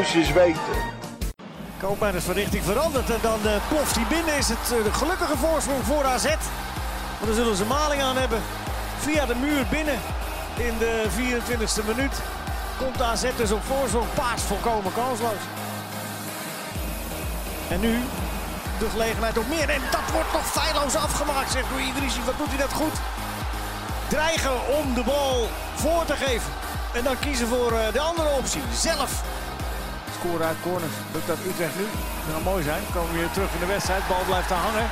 moest je eens weten. Koopman is van richting veranderd en dan ploft hij binnen. Is het de gelukkige voorsprong voor AZ. Maar dan zullen ze maling aan hebben. Via de muur binnen in de 24e minuut komt AZ dus op voorsprong. Paas volkomen kansloos. En nu de gelegenheid op meer. En dat wordt nog feilloos afgemaakt, zegt Rui Idrissi. Wat doet hij dat goed? Dreigen om de bal voor te geven. En dan kiezen voor de andere optie. Zelf scoren uit corners. Lukt dat Utrecht nu? Dat zou mooi zijn. Komen we weer terug in de wedstrijd. De bal blijft daar hangen.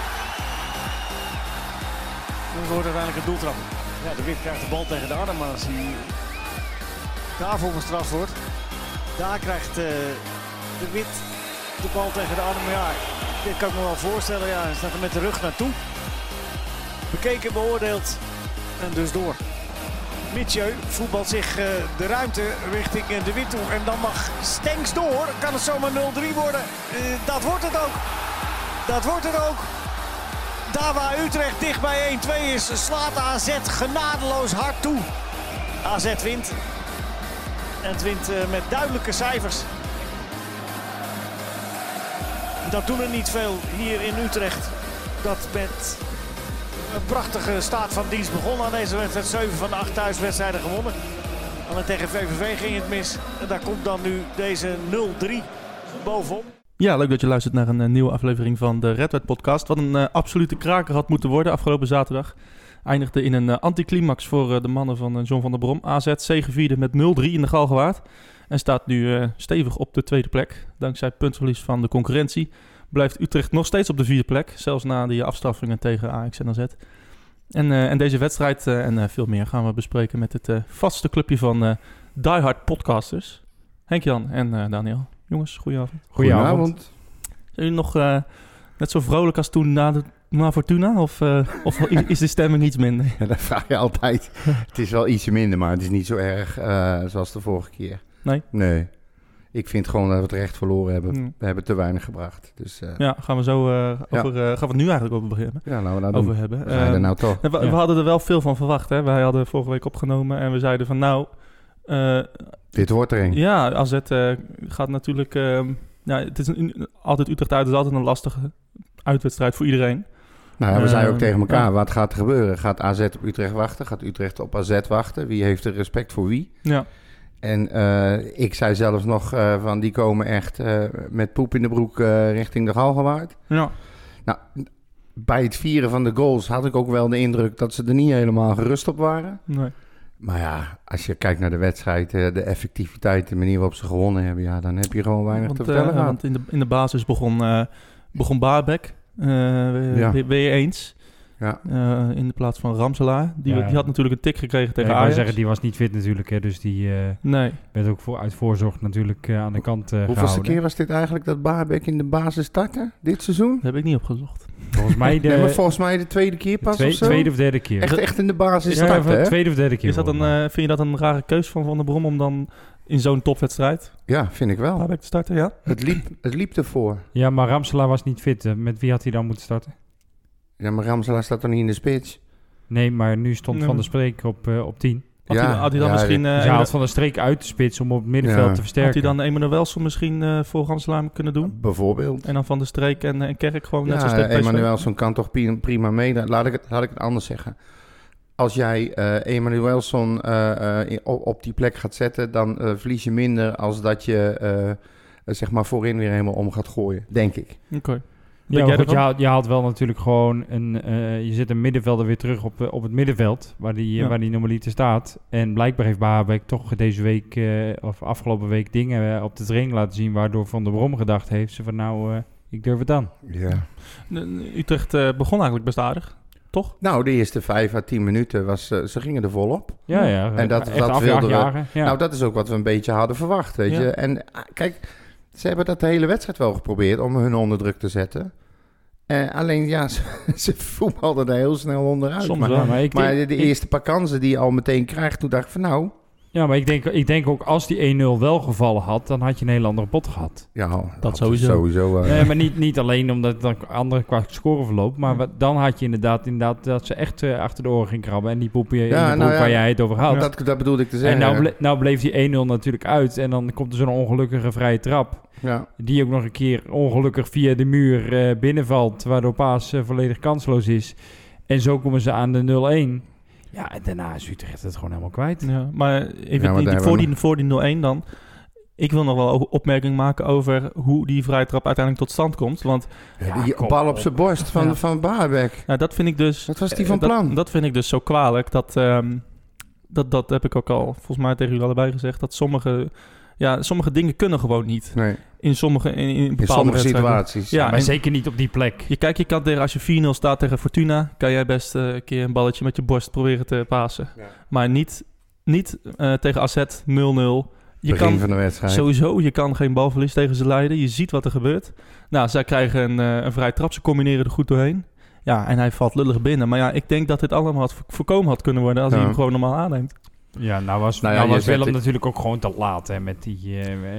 Dan wordt uiteindelijk een doeltrap. Ja, de Wit krijgt de bal tegen de arm. Maar als hij daarvoor gestraft wordt. Daar krijgt de Wit de bal tegen de arm. Ja, dit kan ik me wel voorstellen. Ja, hij staat er met de rug naartoe. Bekeken, beoordeeld. En dus door. Mathieu voetbalt zich de ruimte richting de Wit toe. En dan mag Stenks door. Kan het zomaar 0-3 worden. Dat wordt het ook. Dat wordt het ook. Daar waar Utrecht dicht bij 1-2 is, slaat AZ genadeloos hard toe. AZ wint. En het wint met duidelijke cijfers. Dat doen er niet veel hier in Utrecht. Dat met een prachtige staat van dienst begon aan deze wedstrijd. 7 van de 8 thuiswedstrijden gewonnen. Alleen tegen VVV ging het mis. En daar komt dan nu deze 0-3 bovenop. Ja, leuk dat je luistert naar een nieuwe aflevering van de Red Wet podcast. Wat een absolute kraker had moeten worden afgelopen zaterdag. Eindigde in een anticlimax voor de mannen van John van der Brom. AZ zegevierde met 0-3 in de Galgenwaard. En staat nu stevig op de tweede plek. Dankzij puntverlies van de concurrentie blijft Utrecht nog steeds op de vierde plek. Zelfs na die afstraffingen tegen Ajax en AZ. En deze wedstrijd en veel meer gaan we bespreken met het vaste clubje van Die Hard podcasters. Henk-Jan en Daniel. Jongens, goedenavond. Goedenavond. Zijn jullie nog net zo vrolijk als toen na Fortuna? Of is de stemming iets minder? Ja, dat vraag je altijd. Het is wel ietsje minder, maar het is niet zo erg zoals de vorige keer. Nee? Nee. Ik vind gewoon dat we het recht verloren hebben. We hebben te weinig gebracht. Dus, ja, gaan we zo gaan we het nu eigenlijk over beginnen? Ja, laten we dat over doen. hebben. Ga je er nou toch? We hadden er wel veel van verwacht. Hè? Wij hadden vorige week opgenomen en we zeiden van dit wordt er een. Ja, AZ gaat natuurlijk... het is altijd Utrecht uit. Het is altijd een lastige uitwedstrijd voor iedereen. Nou ja, we zeiden ook tegen elkaar, wat gaat er gebeuren? Gaat AZ op Utrecht wachten? Gaat Utrecht op AZ wachten? Wie heeft er respect voor wie? Ja. En ik zei zelfs nog van die komen echt met poep in de broek richting de Galgenwaard. Ja. Nou, bij het vieren van de goals had ik ook wel de indruk dat ze er niet helemaal gerust op waren. Nee. Maar ja, als je kijkt naar de wedstrijd, de effectiviteit, de manier waarop ze gewonnen hebben, ja, dan heb je gewoon weinig te vertellen. Want in de basis begon Baarbek. Ben je eens? Ja. In de plaats van Ramselaar. Die had natuurlijk een tik gekregen tegen Ajax. Ik wou zeggen, die was niet fit natuurlijk. Hè, dus die werd ook uit voorzorg natuurlijk aan de kant gehouden. Hoeveelste keer was dit eigenlijk dat Baarbek in de basis startte dit seizoen? Dat heb ik niet opgezocht. Volgens mij volgens mij de tweede keer pas of zo? Tweede of derde keer. Echt in de basis starten, hè? Tweede of derde keer. Is dat vind je dat een rare keus van der Brom om dan in zo'n topwedstrijd? Ja, vind ik wel. Baarbek te starten, ja. Het liep ervoor. Ja, maar Ramselaar was niet fit. Met wie had hij dan moeten starten? Ja, maar Ramselaar staat toch niet in de spits? Nee, maar nu stond Van der Streek op 10. Had hij dan misschien... hij haalt Van der Streek uit de spits om op het middenveld te versterken. Had hij dan Emanuelsson misschien voor Ramselaar kunnen doen? Bijvoorbeeld. En dan Van der Streek en Kerk gewoon net zo sterk. Ja, Emanuelsson kan toch prima mee. Laat ik het anders zeggen. Als jij Emanuelsson op die plek gaat zetten, dan verlies je minder als dat je zeg maar voorin weer helemaal om gaat gooien, denk ik. Oké. Ja, goed, je haalt wel natuurlijk gewoon je zet een middenvelder weer terug op het middenveld, waar die normaliter staat. En blijkbaar heeft Baarbek toch deze week, of afgelopen week, dingen op de training laten zien, waardoor Van der Brom gedacht heeft, van ik durf het aan. Ja. Utrecht begon eigenlijk best aardig, toch? Nou, de eerste 5 à 10 minuten ze gingen er volop. Ja. En dat wilden we. Ja. Nou, dat is ook wat we een beetje hadden verwacht, weet je. En kijk, ze hebben dat de hele wedstrijd wel geprobeerd om hun onder druk te zetten. Alleen ja, ze voetbalden er heel snel onderuit. Soms maar wel. Maar de eerste paar kansen die je al meteen krijgt, toen dacht ik van nou, Ja, maar ik denk ook als die 1-0 wel gevallen had, dan had je een heel andere pot gehad. Ja, Dat sowieso. Maar niet alleen omdat het dan andere qua scoreverloop, maar dan had je inderdaad dat ze echt achter de oren ging krabben en die poepje waar jij het over had. Dat bedoelde ik te zeggen. En nou bleef die 1-0 natuurlijk uit en dan komt er zo'n ongelukkige vrije trap. Ja. Die ook nog een keer ongelukkig via de muur binnenvalt, waardoor Paas volledig kansloos is. En zo komen ze aan de 0-1. Ja, en daarna is Utrecht het gewoon helemaal kwijt. Ja, maar even voor die 0-1 dan. Ik wil nog wel een opmerking maken over hoe die vrije trap uiteindelijk tot stand komt. Want die bal op zijn borst van Baarbek. Nou, dat vind ik dus... Wat was die van plan? Dat vind ik dus zo kwalijk. Dat heb ik ook al volgens mij tegen jullie allebei gezegd. Dat sommige dingen kunnen gewoon niet. Nee. In bepaalde situaties. Ja, maar zeker niet op die plek. Je kan tegen, als je 4-0 staat tegen Fortuna, kan jij best een keer een balletje met je borst proberen te pasen. Ja. Maar niet tegen AZ 0-0. Begin van de wedstrijd. Sowieso, je kan geen balverlies tegen ze leiden. Je ziet wat er gebeurt. Nou, zij krijgen een vrije trap. Ze combineren er goed doorheen. Ja, en hij valt lullig binnen. Maar ja, ik denk dat dit allemaal voorkomen had kunnen worden als hij hem gewoon normaal aanneemt. Ja, nou was Willem natuurlijk ook gewoon te laat hè, met die...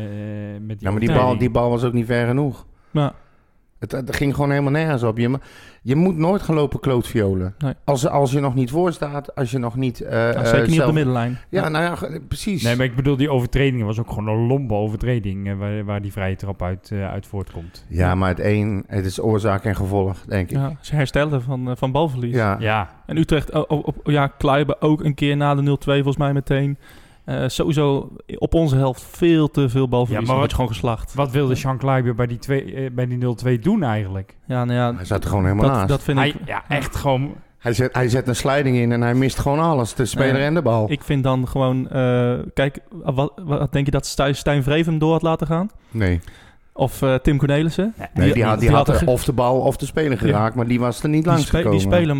maar die bal was ook niet ver genoeg. Ja. Het ging gewoon helemaal nergens op. Je moet nooit gaan lopen klootviolen. Nee. Als je nog niet voor staat, als je nog niet... zeker niet op de middenlijn. Ja, nou ja, precies. Nee, maar ik bedoel, die overtreding was ook gewoon een lompe overtreding... waar die vrije trap uit voortkomt. Ja, maar het is oorzaak en gevolg, denk ik. Ja, ze herstellen van balverlies. Ja. En Utrecht, Kluiber ook een keer na de 0-2 volgens mij meteen... sowieso op onze helft veel te veel balverlies. Ja, maar gewoon geslacht. Wat wilde Jean Kluiber bij die 0-2 doen eigenlijk? Ja, nou ja, hij zat er gewoon helemaal naast. Dat vind ik... Ja, echt gewoon... Hij zet een sliding in en hij mist gewoon alles. De speler en de bal. Ik vind dan gewoon... kijk, wat denk je dat Stijn Vreven hem door had laten gaan? Nee. Of Tim Cornelissen? Nee, die had of de bal of de speler geraakt, maar die was er niet langs gekomen. Die speler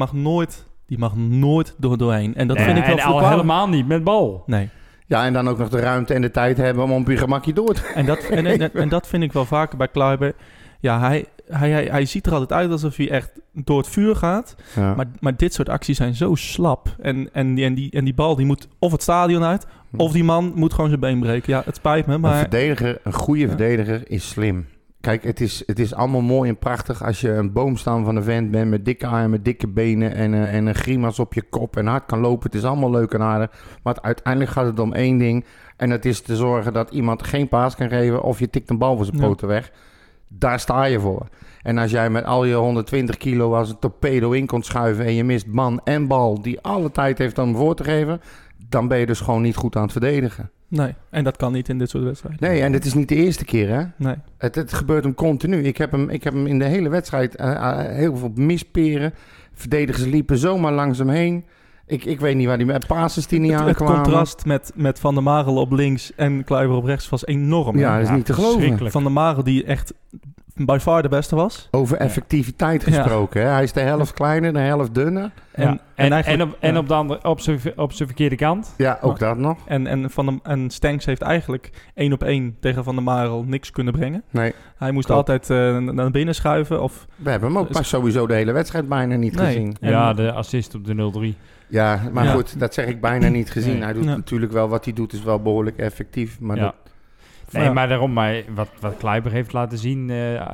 mag nooit doorheen. En dat vind ik wel en al helemaal niet met bal. Nee. Ja, en dan ook nog de ruimte en de tijd hebben om op je gemakje door te... En dat vind ik wel vaker bij Kluiber. Ja, hij ziet er altijd uit alsof hij echt door het vuur gaat. Ja. Maar dit soort acties zijn zo slap. En die bal die moet of het stadion uit... of die man moet gewoon zijn been breken. Ja, het spijt me, maar... Een goede verdediger is slim. Kijk, het is allemaal mooi en prachtig als je een boomstam van een vent bent... met dikke armen, dikke benen en een grimas op je kop en hard kan lopen. Het is allemaal leuk en aardig. Maar uiteindelijk gaat het om één ding. En dat is te zorgen dat iemand geen paas kan geven... of je tikt een bal voor zijn poten weg. Daar sta je voor. En als jij met al je 120 kilo als een torpedo in komt schuiven... en je mist man en bal die alle tijd heeft om voor te geven... dan ben je dus gewoon niet goed aan het verdedigen. Nee, en dat kan niet in dit soort wedstrijden. Nee, en het is niet de eerste keer, hè? Nee. Het gebeurt hem continu. Ik heb hem in de hele wedstrijd heel veel misperen. Verdedigers liepen zomaar langs hem heen. Ik weet niet waar die met passes die niet aankwamen. Het contrast met Van der Marel op links en Kluiber op rechts was enorm. Ja, dat is niet te geloven. Van der Marel die echt by far de beste was. Over effectiviteit gesproken. Hè? Hij is de helft kleiner, de helft dunner. Op zijn verkeerde kant. Ja, ook dat nog. En Stenks heeft eigenlijk 1-op-1 tegen Van der Marel niks kunnen brengen. Nee. Hij moest altijd naar binnen schuiven. We hebben hem ook sowieso de hele wedstrijd bijna niet gezien. Ja, de assist op de 0-3. Ja, maar goed, dat zeg ik bijna niet gezien. Nee. Hij doet natuurlijk wel wat hij doet, is wel behoorlijk effectief. Maar maar daarom, wat Kluiber heeft laten zien,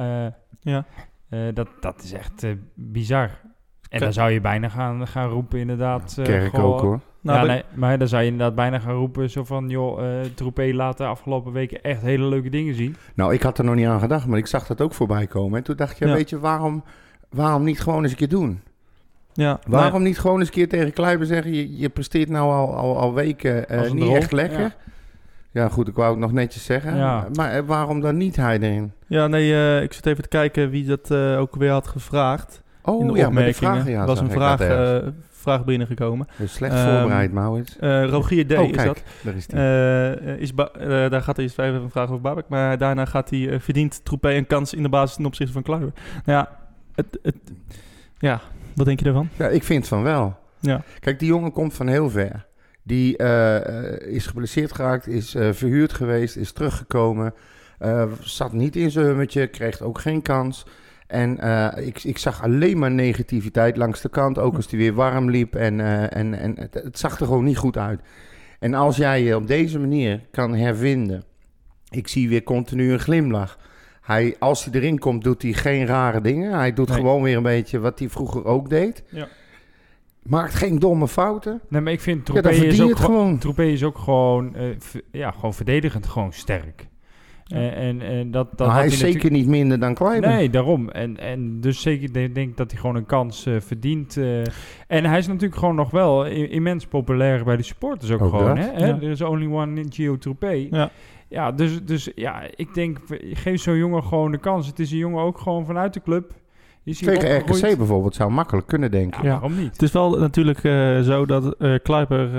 dat is echt bizar. En dan zou je bijna gaan roepen inderdaad. Kerk ook hoor. Maar dan zou je inderdaad bijna gaan roepen zo van... Troepé laat de afgelopen weken echt hele leuke dingen zien. Nou, ik had er nog niet aan gedacht, maar ik zag dat ook voorbij komen. En toen dacht je, weet je, waarom niet gewoon eens een keer doen? Ja, waarom niet gewoon eens een keer tegen Kluiber zeggen... je presteert nou al weken niet echt lekker... Ja, goed, ik wou het nog netjes zeggen. Ja. Maar waarom dan niet hij erin? Ja, nee, ik zit even te kijken wie dat ook weer had gevraagd. Oh, in de opmerkingen. Er was een vraag binnengekomen. Dus slecht voorbereid, Maurits. Rogier D. Is kijk, dat. Daar is die. Daar gaat hij eerst even een vraag over Babek. Maar daarna gaat hij verdient Troepé een kans in de basis ten opzichte van Kluiber. Nou ja, wat denk je daarvan? Ja, ik vind van wel. Ja. Kijk, die jongen komt van heel ver. Die is geblesseerd geraakt, is verhuurd geweest, is teruggekomen. Zat niet in zijn hummetje, kreeg ook geen kans. En ik zag alleen maar negativiteit langs de kant. Ook als hij weer warm liep. En het zag er gewoon niet goed uit. En als jij je op deze manier kan hervinden... Ik zie weer continu een glimlach. Als hij erin komt, doet hij geen rare dingen. Hij doet gewoon weer een beetje wat hij vroeger ook deed. Ja. Maakt geen domme fouten. Nee, maar ik vind Troepé is ook gewoon verdedigend gewoon sterk. Ja. En dat hij is zeker niet minder dan Kleiber. Nee, daarom. En dus zeker denk dat hij gewoon een kans verdient. En hij is natuurlijk gewoon nog wel immens populair bij de supporters ook gewoon. Hè? Ja. Er is only one in Gio Troepé. Ja. Ja, dus ik denk, geef zo'n jongen gewoon de kans. Het is een jongen ook gewoon vanuit de club. Tegen RKC bijvoorbeeld zou makkelijk kunnen denken. Ja, waarom niet? Het is wel natuurlijk zo dat Kleiber,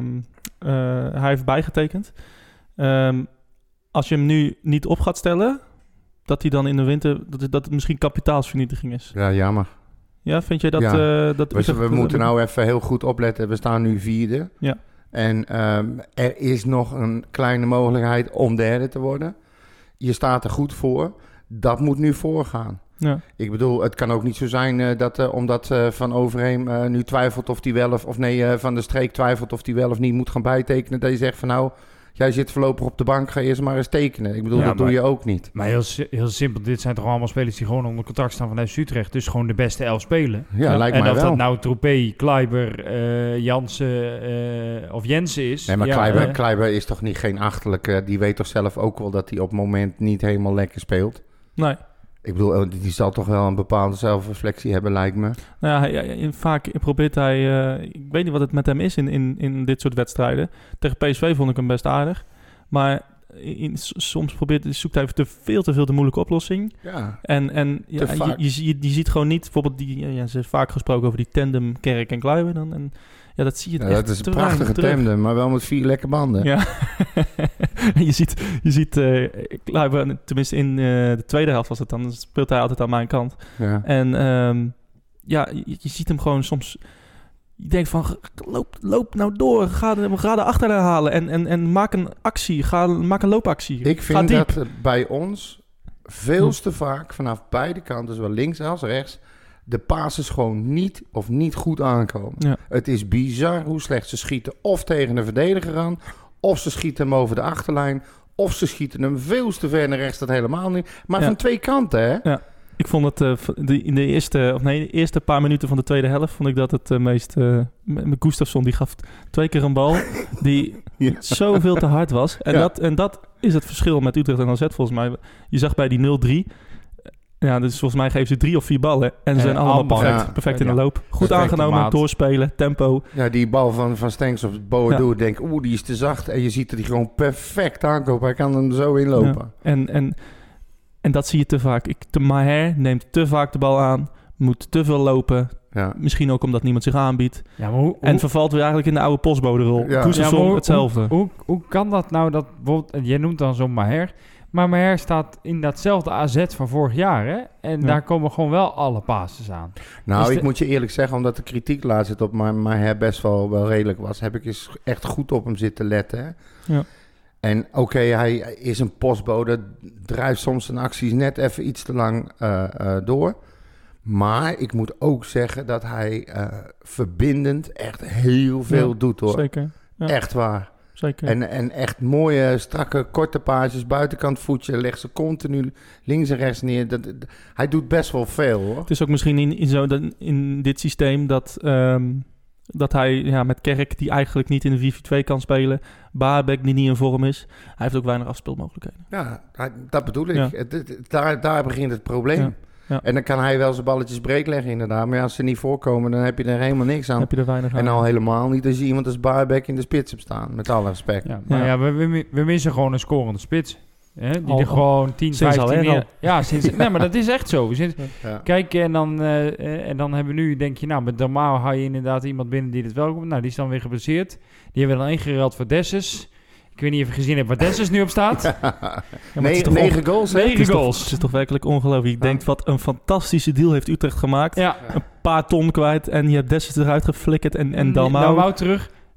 hij heeft bijgetekend. Als je hem nu niet op gaat stellen, dat hij dan in de winter, dat het misschien kapitaalsvernietiging is. Ja, jammer. Ja, vind jij dat... Ja. We moeten nou even heel goed opletten. We staan nu 4e. Ja. En er is nog een kleine mogelijkheid om derde te worden. Je staat er goed voor. Dat moet nu voorgaan. Ja. Ik bedoel, het kan ook niet zo zijn dat omdat Van Overheem nu twijfelt of hij wel Van der Streek twijfelt of hij wel of niet moet gaan bijtekenen. Dat je zegt van nou, jij zit voorlopig op de bank, ga eerst maar eens tekenen. Ik bedoel, dat doe je ook niet. Maar heel simpel, dit zijn toch allemaal spelers die gewoon onder contract staan van FC Utrecht. Dus gewoon de beste 11 spelen. Ja, lijkt mij wel. En of dat nou Troepé, Kleiber, Jansen of Jensen is. Nee, maar Kleiber is toch geen achterlijke. Die weet toch zelf ook wel dat hij op het moment niet helemaal lekker speelt. Nee. Ik bedoel, die zal toch wel een bepaalde zelfreflectie hebben, lijkt me. Nou ja, vaak probeert hij... ik weet niet wat het met hem is in dit soort wedstrijden. Tegen PSV vond ik hem best aardig. Maar soms zoekt hij veel te veel de moeilijke oplossing. Ja, je ziet gewoon niet... Bijvoorbeeld, ze heeft vaak gesproken over die tandem Kerk en Kleiber dan... En, ja, dat zie je echt. Dat is een prachtige tandem, maar wel met 4 lekke banden. Ja. je ziet Kleiber, tenminste in de tweede helft was het dan speelt hij altijd aan mijn kant. Ja. En je ziet hem gewoon soms... Je denkt van, loop nou door. Ga de achterlijn halen en maak een actie. Maak een loopactie. Ik vind dat bij ons veel te vaak vanaf beide kanten, zowel links als rechts... de passes gewoon niet goed aankomen. Ja. Het is bizar hoe slecht ze schieten. Of tegen een verdediger aan, of ze schieten hem over de achterlijn, of ze schieten hem veel te ver naar rechts, dat helemaal niet. Maar van 2 kanten, hè? Ja. Ik vond het in de eerste paar minuten van de tweede helft... vond ik dat het meest... met Gustafsson, die gaf 2 keer een bal... die zoveel te hard was. En dat is het verschil met Utrecht en AZ volgens mij. Je zag bij die 0-3... Ja, dus volgens mij geven ze 3 of 4 ballen. En ze zijn allemaal perfect in de loop. Goed perfect aangenomen, doorspelen, tempo. Ja, die bal van Stenks op Boadu, denk die is te zacht. En je ziet dat hij gewoon perfect aankomt. Hij kan hem zo inlopen. Ja. En dat zie je te vaak. Maher neemt te vaak de bal aan. Moet te veel lopen. Ja. Misschien ook omdat niemand zich aanbiedt. Ja, maar en vervalt weer eigenlijk in de oude postbode-rol. Ja. Hetzelfde. Hoe kan dat nou? Dat bijvoorbeeld, jij noemt dan zo'n Maher... Maar Maher staat in datzelfde AZ van vorig jaar, hè? En daar komen gewoon wel alle passes aan. Nou, ik moet je eerlijk zeggen, omdat de kritiek laatst zit op Maher best wel redelijk was... heb ik eens echt goed op hem zitten letten, hè? Ja. En oké, hij is een postbode, drijft soms zijn acties net even iets te lang door. Maar ik moet ook zeggen dat hij verbindend echt heel veel doet, hoor. Zeker. Ja. Echt waar. Zeker. En echt mooie, strakke, korte paasjes, buitenkant voetje, legt ze continu links en rechts neer. Hij doet best wel veel, hoor. Het is ook misschien in dit systeem dat hij met Kerk, die eigenlijk niet in de 4-4-2 kan spelen, Baarbek, die niet in vorm is, hij heeft ook weinig afspeelmogelijkheden. Ja, dat bedoel ik. Ja. Daar begint het probleem. Ja. Ja. En dan kan hij wel zijn balletjes breed leggen inderdaad. Maar als ze niet voorkomen, dan heb je er helemaal niks aan. Heb je er weinig aan. En al helemaal niet als je iemand als Baarbek in de spits hebt staan. Met alle respect. Ja, maar we missen gewoon een scorende spits. Hè? Die er gewoon 10, 15 jaar... Ja, nee, maar dat is echt zo. Kijk, en dan hebben we nu, denk je, met normaal hou je inderdaad iemand binnen die het wel komt. Nou, die is dan weer geblesseerd. Die hebben we dan ingeruild voor Dessus. Ik weet niet of je gezien hebt waar Dessus nu op staat. Ja, 9 goals. 9 goals. Het is toch werkelijk ongelooflijk. Ik denk, wat een fantastische deal heeft Utrecht gemaakt. Ja. Een paar ton kwijt en je hebt Dessus eruit geflikkerd en Dalmau terug.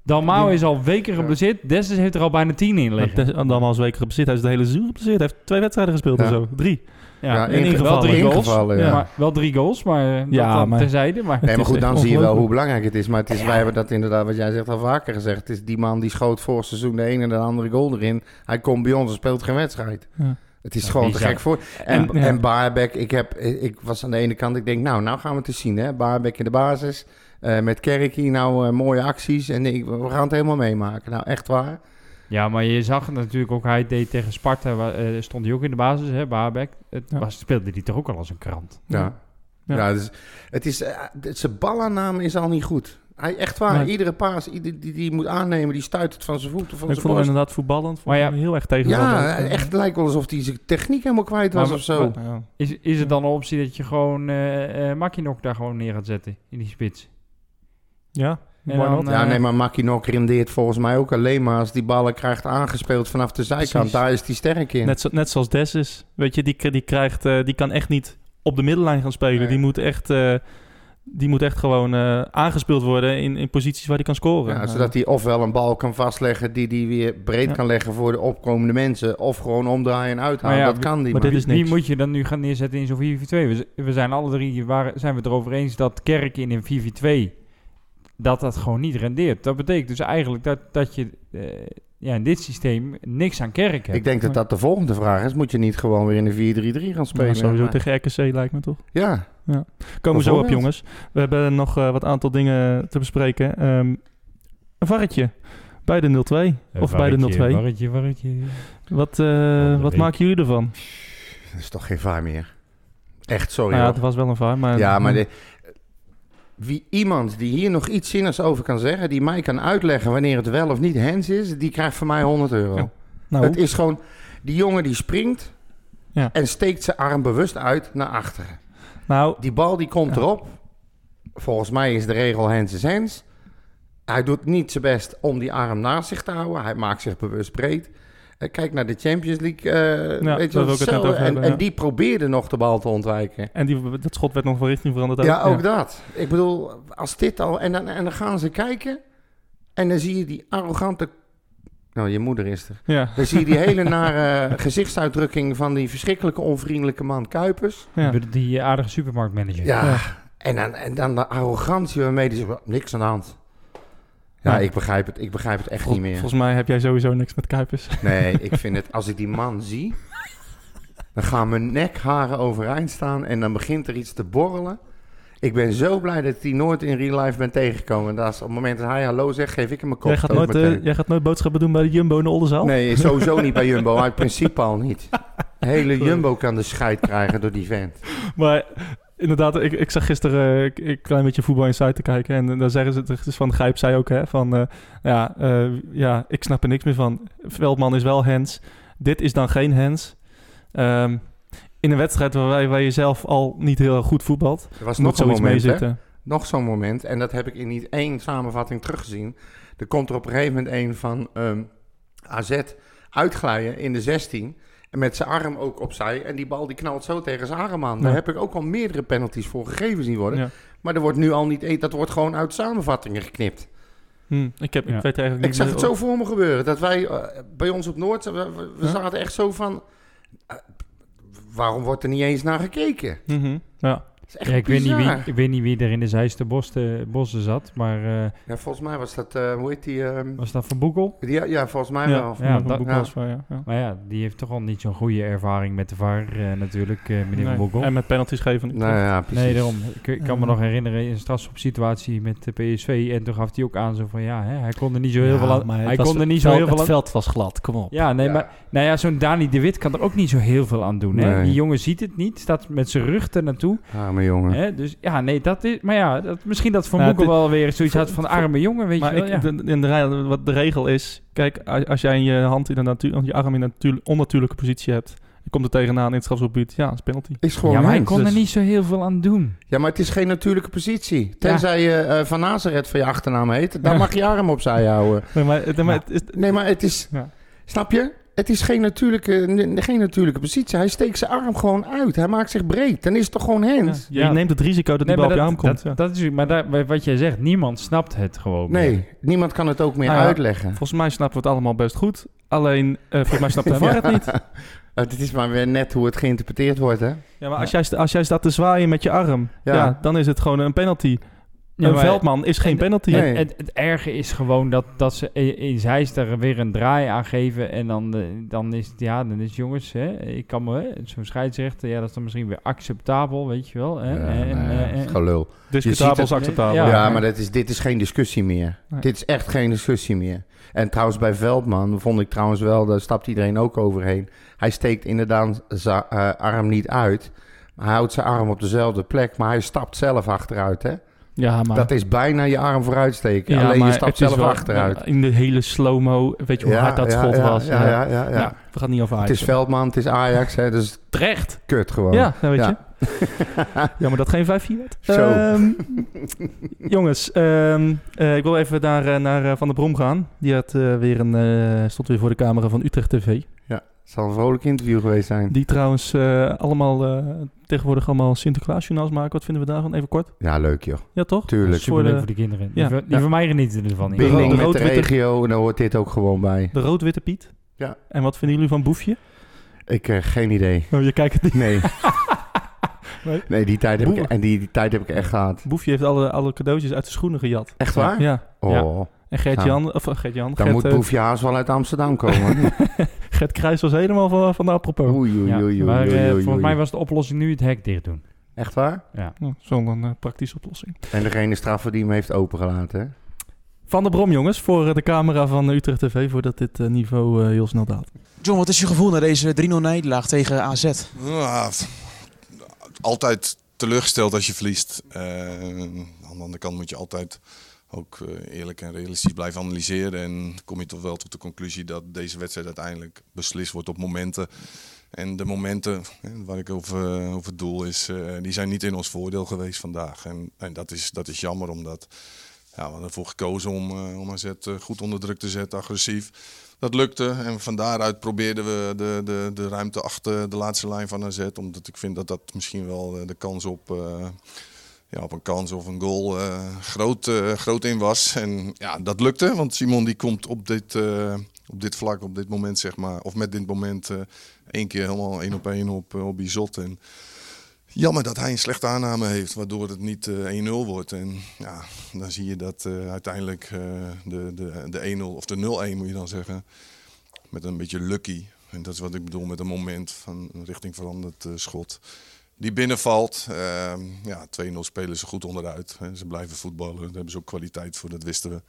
Dalmau is al weken geblesseerd. Dessus heeft er al bijna 10 in liggen. Dan als weken geblesseerd. Hij is de hele seizoen geblesseerd. Hij heeft 2 wedstrijden gespeeld en zo. 3. Ja, wel 3 goals. Ja. Maar wel 3 goals, maar terzijde. Maar nee, maar goed, dan zie je wel hoe belangrijk het is. Maar het is, wij hebben dat inderdaad, wat jij zegt, al vaker gezegd. Het is die man die schoot vorig seizoen de ene en de andere goal erin. Hij komt bij ons en speelt geen wedstrijd. Ja. Het is gewoon te gek voor. En Baarbek, ik was aan de ene kant, ik denk, nou gaan we het eens zien. Hè? Baarbek in de basis, met Kerkie, mooie acties. En we gaan het helemaal meemaken. Nou, echt waar. Ja, maar je zag het natuurlijk ook, hij deed tegen Sparta, stond hij ook in de basis, hè, Baarbek. Speelde hij toch ook al als een krant. Ja, dus zijn balaanname is al niet goed. Hij echt waar, iedere paas die moet aannemen, die stuit het van zijn voeten, van ik zijn vond borst. inderdaad voetballend, heel erg tegen. Ja, echt lijkt wel alsof hij zijn techniek helemaal kwijt was of zo. Is het dan een optie dat je gewoon Makinok daar gewoon neer gaat zetten, in die spits? Ja. Maar Makinok rendeert volgens mij ook alleen maar als die ballen krijgt aangespeeld vanaf de zijkant. Precies. Daar is die sterk in. Net zoals Dessus. Weet je, die kan echt niet op de middenlijn gaan spelen. Nee. Die moet echt gewoon aangespeeld worden in posities waar hij kan scoren. Ja, zodat hij ofwel een bal kan vastleggen die weer breed kan leggen voor de opkomende mensen. Of gewoon omdraaien en uithalen. Dat kan die. Maar wie moet je dan nu gaan neerzetten in zo'n 4-4-2? We zijn alle drie zijn we erover eens dat Kerk in een 4-4-2... dat gewoon niet rendeert. Dat betekent dus eigenlijk dat je in dit systeem niks aan Kerk hebt. Ik denk dat de volgende vraag is. Moet je niet gewoon weer in een 4-3-3 gaan spelen? Sowieso tegen RKC lijkt me toch? Ja. Komen we zo op, jongens. We hebben nog wat aantal dingen te bespreken. Een varretje bij de 0-2. Of bij de 0-2. Varretje. Wat maken jullie ervan? Dat is toch geen VAR meer? Echt, sorry. Ja, het was wel een VAR. Maar ja, maar iemand die hier nog iets zinnigs over kan zeggen, die mij kan uitleggen wanneer het wel of niet hands is, die krijgt van mij €100. Ja. Nou, het is gewoon, die jongen die springt en steekt zijn arm bewust uit naar achteren. Nou, die bal die komt erop. Volgens mij is de regel hands is hands. Hij doet niet zijn best om die arm naast zich te houden. Hij maakt zich bewust breed. Kijk naar de Champions League. Weet je en die probeerde nog de bal te ontwijken. En dat schot werd nog van richting veranderd. Ja, ook dat. Ik bedoel, als dit al... En dan gaan ze kijken. En dan zie je die arrogante... Nou, je moeder is er. Ja. Dan zie je die hele nare gezichtsuitdrukking van die verschrikkelijke onvriendelijke man Kuipers. Ja. Die aardige supermarktmanager. Ja. En dan de arrogantie waarmee die zegt, niks aan de hand. Ja, ik begrijp het echt niet meer. Volgens mij heb jij sowieso niks met Kuipers. Nee, ik vind het... Als ik die man zie... dan gaan mijn nekharen overeind staan... en dan begint er iets te borrelen. Ik ben zo blij dat ik die nooit in real life ben tegengekomen. En dat is op het moment dat hij hallo zegt... geef ik hem mijn kop. Jij gaat nooit boodschappen doen bij de Jumbo in de Oldenzaal? Nee, sowieso niet bij Jumbo. Uit principe al niet. De hele Jumbo kan de scheid krijgen door die vent. Maar... Inderdaad, ik zag gisteren een klein beetje Voetbal Insight te kijken. En dan zeggen ze het dus van Gijp zei ook, hè, van ik snap er niks meer van. Veldman is wel hands. Dit is dan geen hands. In een wedstrijd waar je zelf al niet heel goed voetbalt. Er was nog zo'n moment, hè? Nog zo'n moment. En dat heb ik in niet één samenvatting teruggezien. Er komt er op een gegeven moment een van AZ uitglijden in de 16... Met zijn arm ook opzij. En die bal die knalt zo tegen zijn arm aan. Daar heb ik ook al meerdere penalties voor gegeven zien worden. Ja. Maar er wordt nu al niet... Dat wordt gewoon uit samenvattingen geknipt. Ik weet eigenlijk niet... Ik zag het zo voor me gebeuren. Dat wij bij ons op Noord... We zaten echt zo van... waarom wordt er niet eens naar gekeken? Mm-hmm. Ja. Ik weet niet wie er in de zijste bossen zat, maar... ja, volgens mij was dat... hoe heet die? Was dat Van Boekel? Ja, volgens mij wel. Ja, Van Boekel was van, ja. Maar ja, die heeft toch al niet zo'n goede ervaring met de VAR natuurlijk, meneer Van Boekel. En met penalties geven. Nou ja, precies. Nee, daarom. Ik kan me nog herinneren in een strafschopsituatie met de PSV. En toen gaf hij ook aan zo van, hij kon er niet zo heel veel aan... Het veld was glad, kom op. Ja, nee, maar... Nou ja, zo'n Dani de Wit kan er ook niet zo heel veel aan doen. Nee. Hè? Die jongen ziet het niet, staat met zijn rug er naartoe. Arme jongen. Hè? Dus ja, nee, dat is... Maar ja, misschien dat Van Boekel wel weer zoiets had van arme jongen, weet je wel. Wat de regel is... Kijk, als jij je hand in je arm in een onnatuurlijke positie hebt... Je komt er tegenaan in het strafschopgebied. Ja, dat is penalty. Is gewoon maar hij kon er niet zo heel veel aan doen. Ja, maar het is geen natuurlijke positie. Tenzij je Van Nazareth van je achternaam heet. Dan mag je arm opzij houden. Nee, maar het is... Ja. Snap je? Het is geen natuurlijke positie. Hij steekt zijn arm gewoon uit. Hij maakt zich breed. Dan is het toch gewoon hands? Ja, je neemt het risico dat die bal op je arm komt. Dat is, maar wat jij zegt, niemand snapt het gewoon meer. Nee, niemand kan het ook meer uitleggen. Volgens mij snappen we het allemaal best goed. Alleen, volgens mij snapt hij het niet. Het is maar weer net hoe het geïnterpreteerd wordt, hè? Ja, maar als jij staat te zwaaien met je arm, dan is het gewoon een penalty. Ja, een veldman is geen penalty. Nee. Het erge is gewoon dat ze in Zeist er weer een draai aan geven. En dan is het jongens, hè, ik kan me, zo'n scheidsrechter, dat is dan misschien weer acceptabel, weet je wel. Hè? Gelul. Discutabel is acceptabel. Ja, maar dit is geen discussie meer. Nee. Dit is echt geen discussie meer. En trouwens bij Veldman vond ik trouwens wel, daar stapt iedereen ook overheen. Hij steekt inderdaad zijn arm niet uit. Maar hij houdt zijn arm op dezelfde plek, maar hij stapt zelf achteruit, hè? Ja, maar... Dat is bijna je arm vooruitsteken. Ja, alleen je stapt zelf achteruit. In de hele slow-mo, weet je hoe hard dat schot was. Ja. Nou, we gaan niet over Ajax. Het is Veldman, het is Ajax. Hè, dus terecht. Kut gewoon. Ja, weet je. Ja, maar dat geen 5-4 werd. Jongens, ik wil even naar Van der Brom gaan. Die had stond weer voor de camera van Utrecht TV. Ja, het zal een vrolijk interview geweest zijn. Die trouwens tegenwoordig allemaal Sinterklaasjournaals maken. Wat vinden we daarvan? Even kort. Ja, leuk joh. Ja, toch? Tuurlijk. Superleuk voor de kinderen. Die van mij genieten ervan. Binding met de regio, en daar hoort dit ook gewoon bij. De rood-witte Piet. Ja. En wat vinden jullie van Boefje? Ik geen idee. Oh, je kijkt het niet. Nee. Nee, die tijd heb ik echt gehad. Boefje heeft alle cadeautjes uit de schoenen gejat. Echt waar? Ja. Oh. Ja. En Gert-Jan... Dan moet Boefje haast wel uit Amsterdam komen. Gert Kruijs was helemaal van de apropos. Oei. Volgens mij was de oplossing nu het hek dicht doen. Echt waar? Ja. Zo'n praktische oplossing. En degene straffen die hem heeft opengelaten, hè? Van der Brom, jongens, voor de camera van Utrecht TV, voordat dit niveau heel snel daalt. John, wat is je gevoel na deze 3-0 nederlaag tegen AZ? Ja, altijd teleurgesteld als je verliest. Aan de andere kant moet je altijd ook eerlijk en realistisch blijven analyseren. En kom je toch wel tot de conclusie dat deze wedstrijd uiteindelijk beslist wordt op momenten. En de momenten waar ik over doel is, die zijn niet in ons voordeel geweest vandaag. En dat is jammer, omdat we hadden ervoor gekozen om AZ goed onder druk te zetten, agressief. Dat lukte en van daaruit probeerden we de ruimte achter de laatste lijn van AZ. Omdat ik vind dat misschien wel de kans op een kans of een goal groot in was. En ja, dat lukte, want Simon die komt op dit vlak, op dit moment zeg maar, of met dit moment 1 keer helemaal 1-op-1 op Bizot. En jammer dat hij een slechte aanname heeft, waardoor het niet 1-0 wordt. En ja, dan zie je dat uiteindelijk de 1-0 of de 0-1 moet je dan zeggen, met een beetje lucky. En dat is wat ik bedoel met een moment van een richting veranderd schot. Die binnenvalt. 2-0 spelen ze goed onderuit. Ze blijven voetballen. Daar hebben ze ook kwaliteit voor, dat wisten we.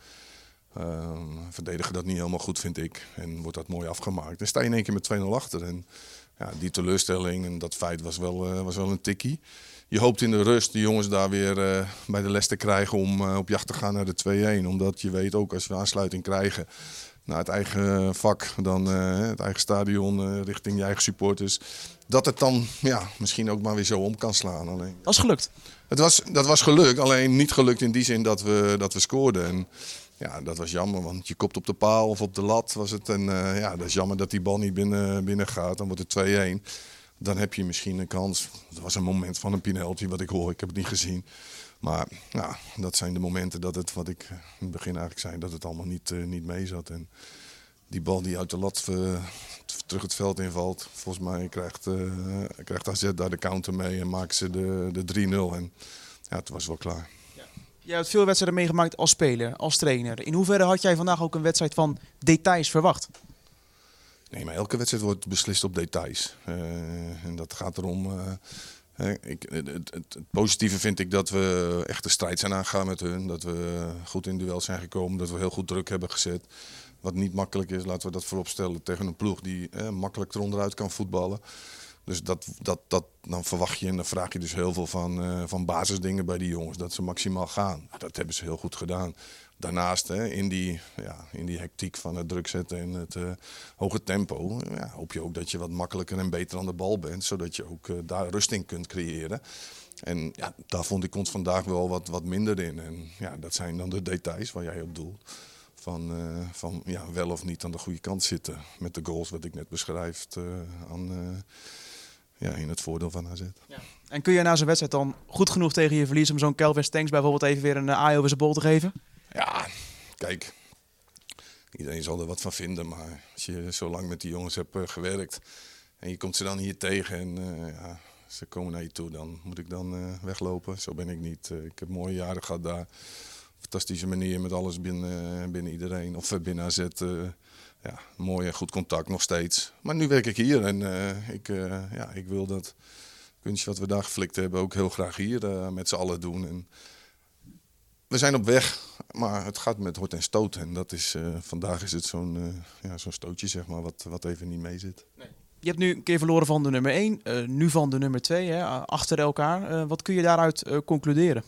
Verdedigen dat niet helemaal goed, vind ik. En wordt dat mooi afgemaakt. Dan sta je in één keer met 2-0 achter. En ja, die teleurstelling en dat feit was wel een tikkie. Je hoopt in de rust de jongens daar weer bij de les te krijgen om op jacht te gaan naar de 2-1. Omdat je weet ook als we aansluiting krijgen naar het eigen vak, dan het eigen stadion richting je eigen supporters, dat het dan misschien ook maar weer zo om kan slaan. Alleen, dat is gelukt. Dat was gelukt, alleen niet gelukt in die zin dat we scoorden. En ja, dat was jammer, want je kopt op de paal of op de lat was het. En dat is jammer dat die bal niet binnen gaat. Dan wordt het 2-1. Dan heb je misschien een kans. Dat was een moment van een penalty wat ik hoor. Ik heb het niet gezien. Maar dat zijn de momenten wat ik in het begin eigenlijk zei, dat het allemaal niet mee zat. En die bal die uit de lat terug het veld invalt, volgens mij krijgt AZ daar de counter mee en maken ze de 3-0. En ja, het was wel klaar. Je hebt veel wedstrijden meegemaakt als speler, als trainer. In hoeverre had jij vandaag ook een wedstrijd van details verwacht? Nee, maar elke wedstrijd wordt beslist op details. En dat gaat erom. Het positieve vind ik dat we echt de strijd zijn aangegaan met hun. Dat we goed in duel zijn gekomen. Dat we heel goed druk hebben gezet. Wat niet makkelijk is, laten we dat voorop stellen. Tegen een ploeg die makkelijk eronderuit kan voetballen. Dus dan verwacht je en dan vraag je dus heel veel van basisdingen bij die jongens. Dat ze maximaal gaan. Dat hebben ze heel goed gedaan. Daarnaast in die hectiek van het druk zetten en het hoge tempo, hoop je ook dat je wat makkelijker en beter aan de bal bent. Zodat je ook daar rust in kunt creëren. En ja, daar vond ik ons vandaag wel wat minder in. En ja, dat zijn dan de details waar jij op doelt. van wel of niet aan de goede kant zitten. Met de goals wat ik net beschrijf in het voordeel van AZ. Ja. En kun je na zo'n wedstrijd dan goed genoeg tegen je verlies om zo'n Kelvin Stenks bijvoorbeeld even weer een aai over zijn bol te geven? Ja, kijk. Iedereen zal er wat van vinden, maar als je zo lang met die jongens hebt gewerkt en je komt ze dan hier tegen en ze komen naar je toe, dan moet ik dan weglopen. Zo ben ik niet. Ik heb mooie jaren gehad daar. Fantastische manier met alles binnen iedereen, of binnen AZ. Mooi en goed contact nog steeds. Maar nu werk ik hier en ik wil dat kunstje wat we daar geflikt hebben ook heel graag hier met z'n allen doen. En we zijn op weg, maar het gaat met hort en stoot. En dat is, vandaag is het zo'n stootje, zeg maar, wat even niet mee zit. Nee. Je hebt nu een keer verloren van de nummer 1, nu van de nummer 2, achter elkaar. Wat kun je daaruit concluderen?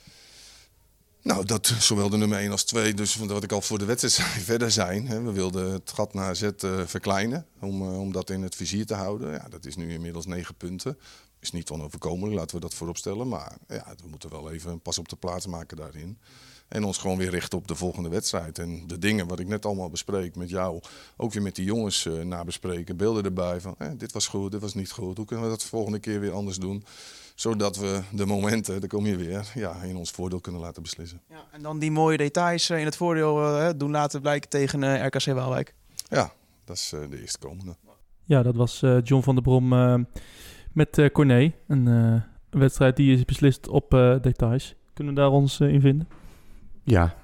Nou, dat zowel de nummer 1 als 2, dus wat ik al voor de wedstrijd zei, verder zijn. Hè. We wilden het gat naar AZ verkleinen om dat in het vizier te houden. Ja, dat is nu inmiddels 9 punten. Is niet onoverkomelijk, laten we dat voorop stellen. Maar we moeten wel even een pas op de plaats maken daarin. En ons gewoon weer richten op de volgende wedstrijd. En de dingen wat ik net allemaal bespreek met jou, ook weer met die jongens nabespreken. Beelden erbij van, dit was goed, dit was niet goed. Hoe kunnen we dat de volgende keer weer anders doen? Zodat we de momenten, daar kom je weer, in ons voordeel kunnen laten beslissen. Ja, en dan die mooie details in het voordeel doen laten blijken tegen RKC Waalwijk. Ja, dat is de eerste komende. Ja, dat was John van der Brom met Corné. Een wedstrijd die is beslist op details. Kunnen we daar ons in vinden? Ja.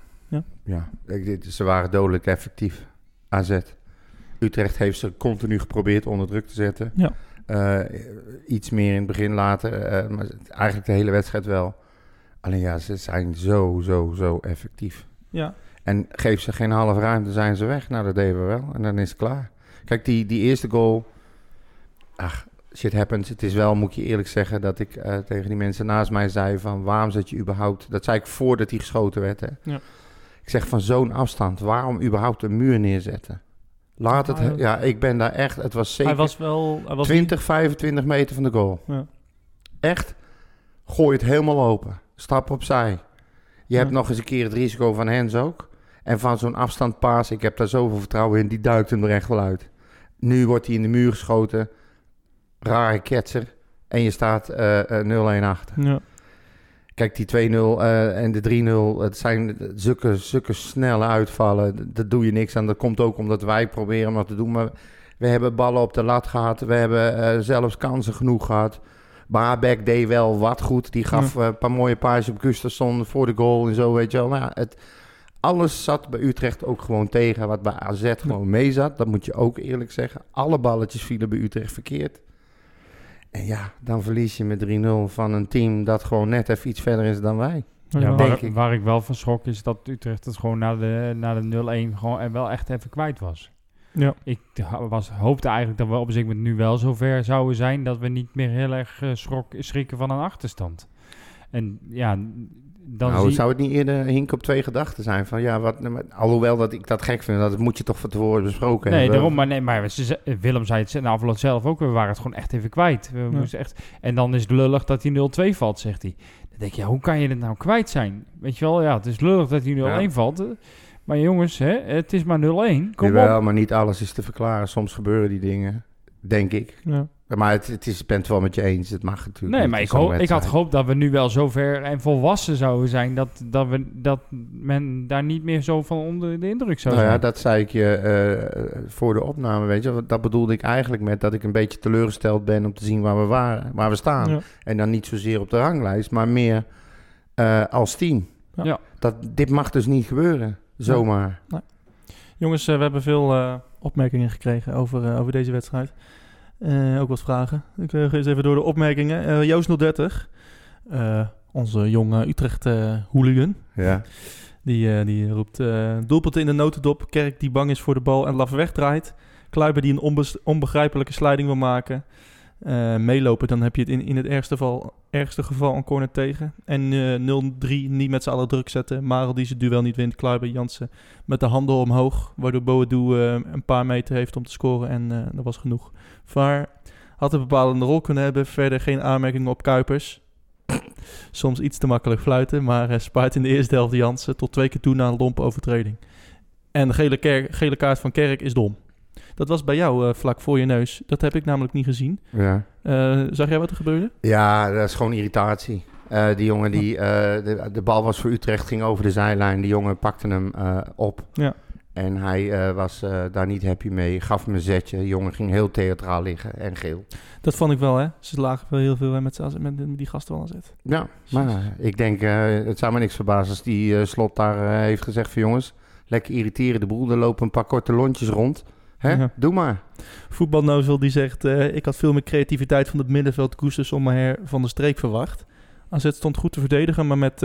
Ze waren dodelijk effectief. AZ. Utrecht heeft ze continu geprobeerd onder druk te zetten. Ja. Iets meer in het begin, later. Maar eigenlijk de hele wedstrijd wel. Alleen ze zijn zo effectief. Ja. En geef ze geen halve ruimte, zijn ze weg. Nou, dat deden we wel. En dan is het klaar. Kijk, die eerste goal... shit happens. Het is wel, moet je eerlijk zeggen, dat ik tegen die mensen naast mij zei van... waarom zet je überhaupt... Dat zei ik voordat hij geschoten werd, hè. Ja. Ik zeg van zo'n afstand, waarom überhaupt een muur neerzetten? Laat het... Ja, ik ben daar echt... Het was zeker... Hij was 25 meter van de goal. Ja. Echt, gooi het helemaal open. Stap opzij. Je hebt nog eens een keer het risico van Hens ook. En van zo'n afstand paas, ik heb daar zoveel vertrouwen in, die duikt hem er echt wel uit. Nu wordt hij in de muur geschoten. Rare ketser. En je staat 0-1 achter. Ja. Kijk, die 2-0 en de 3-0, het zijn zulke snelle uitvallen. Daar doe je niks aan. Dat komt ook omdat wij proberen wat te doen. Maar we hebben ballen op de lat gehad. We hebben zelfs kansen genoeg gehad. Baabek deed wel wat goed. Die gaf een paar mooie paasjes op Gustafsson voor de goal en zo, weet je wel. Maar ja, alles zat bij Utrecht ook gewoon tegen wat bij AZ gewoon mee zat. Dat moet je ook eerlijk zeggen. Alle balletjes vielen bij Utrecht verkeerd. En ja, dan verlies je met 3-0 van een team dat gewoon net even iets verder is dan wij. Ja, waar ik wel van schrok is dat Utrecht het gewoon na de 0-1 gewoon er wel echt even kwijt was. Ja. Ik hoopte eigenlijk dat we op een gegeven moment nu wel zover zouden zijn dat we niet meer heel erg schrikken van een achterstand. En ja, dan zou het niet eerder hinken op 2 gedachten zijn van alhoewel dat ik dat gek vind, dat moet je toch van tevoren besproken hebben. Daarom, maar Willem zei het na afloop zelf ook, we waren het gewoon echt even kwijt. We moesten echt, en dan is het lullig dat hij 0-2 valt, zegt hij. Dan denk je, hoe kan je het nou kwijt zijn? Weet je wel, het is lullig dat hij 0-1 valt. Maar jongens, het is maar 0-1. Kom op. Maar niet alles is te verklaren. Soms gebeuren die dingen, denk ik. Ja. Maar ik ben het wel met je eens. Het mag natuurlijk. Nee, maar ik had gehoopt dat we nu wel zover en volwassen zouden zijn dat men daar niet meer zo van onder de indruk zou zijn. Ja, dat zei ik je voor de opname, weet je. Dat bedoelde ik eigenlijk met dat ik een beetje teleurgesteld ben om te zien waar we staan. Ja. En dan niet zozeer op de ranglijst, maar meer als team. Ja. Dit mag dus niet gebeuren, zomaar. Nee. Jongens, we hebben veel opmerkingen gekregen over deze wedstrijd. Ook wat vragen. Ik ga eens even door de opmerkingen. Joost 030, onze jonge Utrecht hooligan. Ja. Die roept doelpunten in de notendop. Kerk die bang is voor de bal en laf wegdraait. Kluiber die een onbegrijpelijke sliding wil maken. Meelopen, dan heb je het in het ergste geval een corner tegen. En 0-3 niet met z'n allen druk zetten. Marel die zijn duel niet wint. Kluiber, Jansen met de handen omhoog. Waardoor Boadu een paar meter heeft om te scoren. En dat was genoeg. VAR had een bepalende rol kunnen hebben. Verder geen aanmerkingen op Kuipers. Soms iets te makkelijk fluiten. Maar spaart in de eerste helft Jansen tot 2 keer toe na een lompe overtreding. En de gele kaart van Kerk is dom. Dat was bij jou vlak voor je neus. Dat heb ik namelijk niet gezien. Ja. Zag jij wat er gebeurde? Ja, dat is gewoon irritatie. Die jongen, de bal was voor Utrecht, ging over de zijlijn. Die jongen pakte hem op. Ja. En hij was daar niet happy mee. Gaf hem een zetje. De jongen ging heel theatraal liggen en geel. Dat vond ik wel, hè. Ze lagen wel heel veel met die gasten wel aan zet. Ja, maar ik denk, het zou me niks verbazen als die Slot daar heeft gezegd van jongens, lekker irriteren de boel. Er lopen een paar korte lontjes rond. Hè? Ja. Doe maar. Voetbalnozel die zegt, ik had veel meer creativiteit van het middenveld Koester Sommerher van de Streek verwacht. AZ stond goed te verdedigen, maar met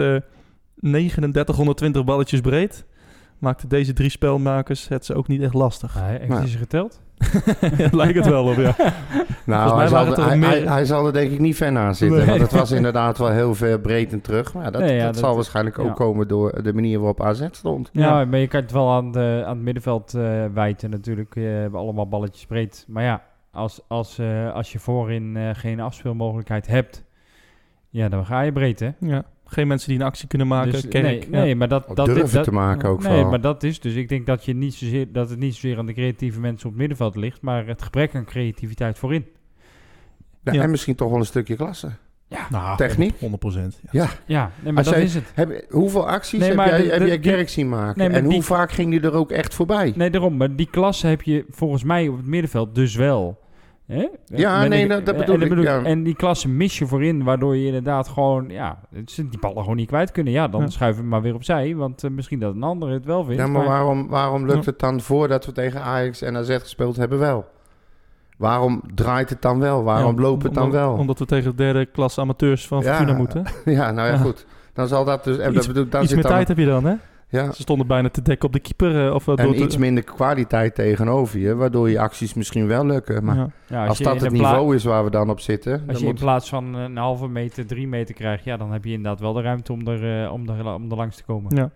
3920 balletjes breed maakten deze 3 spelmakers het ze ook niet echt lastig. Heeft hij ze geteld? Ja, lijkt het wel op, ja. Nou, hij zal er denk ik niet ver naast zitten. Nee. Want het was inderdaad wel heel ver breed en terug. Maar dat zal waarschijnlijk ook komen door de manier waarop AZ stond. Ja, maar je kan het wel aan het middenveld wijten natuurlijk. We hebben allemaal balletjes breed. Maar ja, als je voorin geen afspeelmogelijkheid hebt, ja, dan ga je breed, hè? Ja. Geen mensen die een actie kunnen maken. Dus, Kerk, nee, maar dat durven te maken ook nee, vooral. maar dat is dus. Ik denk dat het niet zozeer aan de creatieve mensen op het middenveld ligt, maar het gebrek aan creativiteit voorin. Ja. En misschien toch wel een stukje klasse. Ja, nou, techniek. 100%. Ja, nee, maar dat is het. Hoeveel acties Nee, heb maar jij Kerk zien maken? Nee, maar en hoe vaak ging die er ook echt voorbij? Nee, daarom. Maar die klasse heb je volgens mij op het middenveld dus wel. Hè? Ja, dat bedoel ik. Ja. En die klasse mis je voorin, waardoor je inderdaad gewoon, die ballen gewoon niet kwijt kunnen. Ja, dan schuiven we maar weer opzij, want misschien dat een ander het wel vindt. Ja, maar waarom lukt het dan voordat we tegen Ajax en AZ gespeeld hebben wel? Waarom draait het dan wel? Waarom loopt het dan wel? Omdat we tegen de derde klasse amateurs van Fortuna moeten. Ja, nou ja, goed. Dan zal dat dus... Iets meer tijd heb je dan, hè? Ja. Ze stonden bijna te dekken op de keeper. Iets minder kwaliteit tegenover je, waardoor je acties misschien wel lukken. Maar als dat het niveau is waar we dan op zitten... Als je in plaats van een halve meter, 3 meter krijgt... ja, dan heb je inderdaad wel de ruimte om er langs te komen.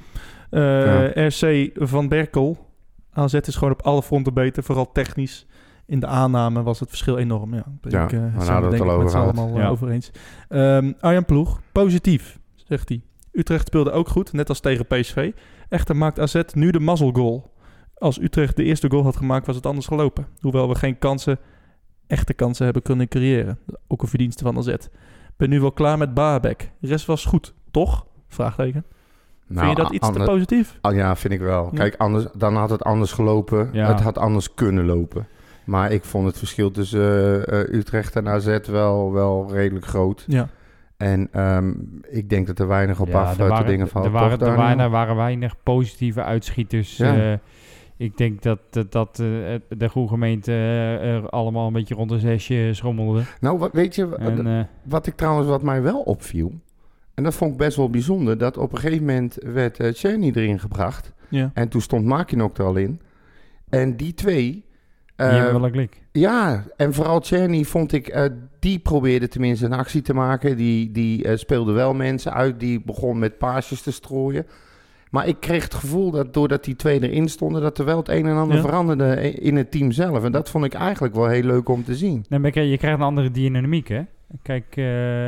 Ja. RC Van Berkel. AZ is gewoon op alle fronten beter, vooral technisch. In de aanname was het verschil enorm. Ja, daar hadden we het al over gehad. Allemaal over eens. Arjan Ploeg, positief, zegt hij. Utrecht speelde ook goed, net als tegen PSV. Echter maakt AZ nu de mazzelgoal. Als Utrecht de eerste goal had gemaakt, was het anders gelopen. Hoewel we geen echte kansen hebben kunnen creëren. Ook een verdienste van AZ. Ben nu wel klaar met Baabek. De rest was goed, toch? Vraagteken. Nou, vind je dat iets te positief? Ja, vind ik wel. Ja. Kijk, dan had het anders gelopen. Ja. Het had anders kunnen lopen. Maar ik vond het verschil tussen Utrecht en AZ wel redelijk groot. Ja. En ik denk dat er weinig op af te dingen valt. Er waren weinig positieve uitschieters. Ja. Ik denk dat de goede gemeente allemaal een beetje rond een 6 schommelde. Nou, weet je, wat mij wel opviel... en dat vond ik best wel bijzonder... dat op een gegeven moment werd Czerny erin gebracht. Ja. En toen stond Makinok er al in. En die twee... die hebben wel een klik. Ja, en vooral Czerny vond ik... die probeerde tenminste een actie te maken. Die speelde wel mensen uit. Die begon met paasjes te strooien. Maar ik kreeg het gevoel dat doordat die twee erin stonden... dat er wel het een en ander veranderde in het team zelf. En dat vond ik eigenlijk wel heel leuk om te zien. Nee, maar je krijgt een andere dynamiek, hè? Kijk,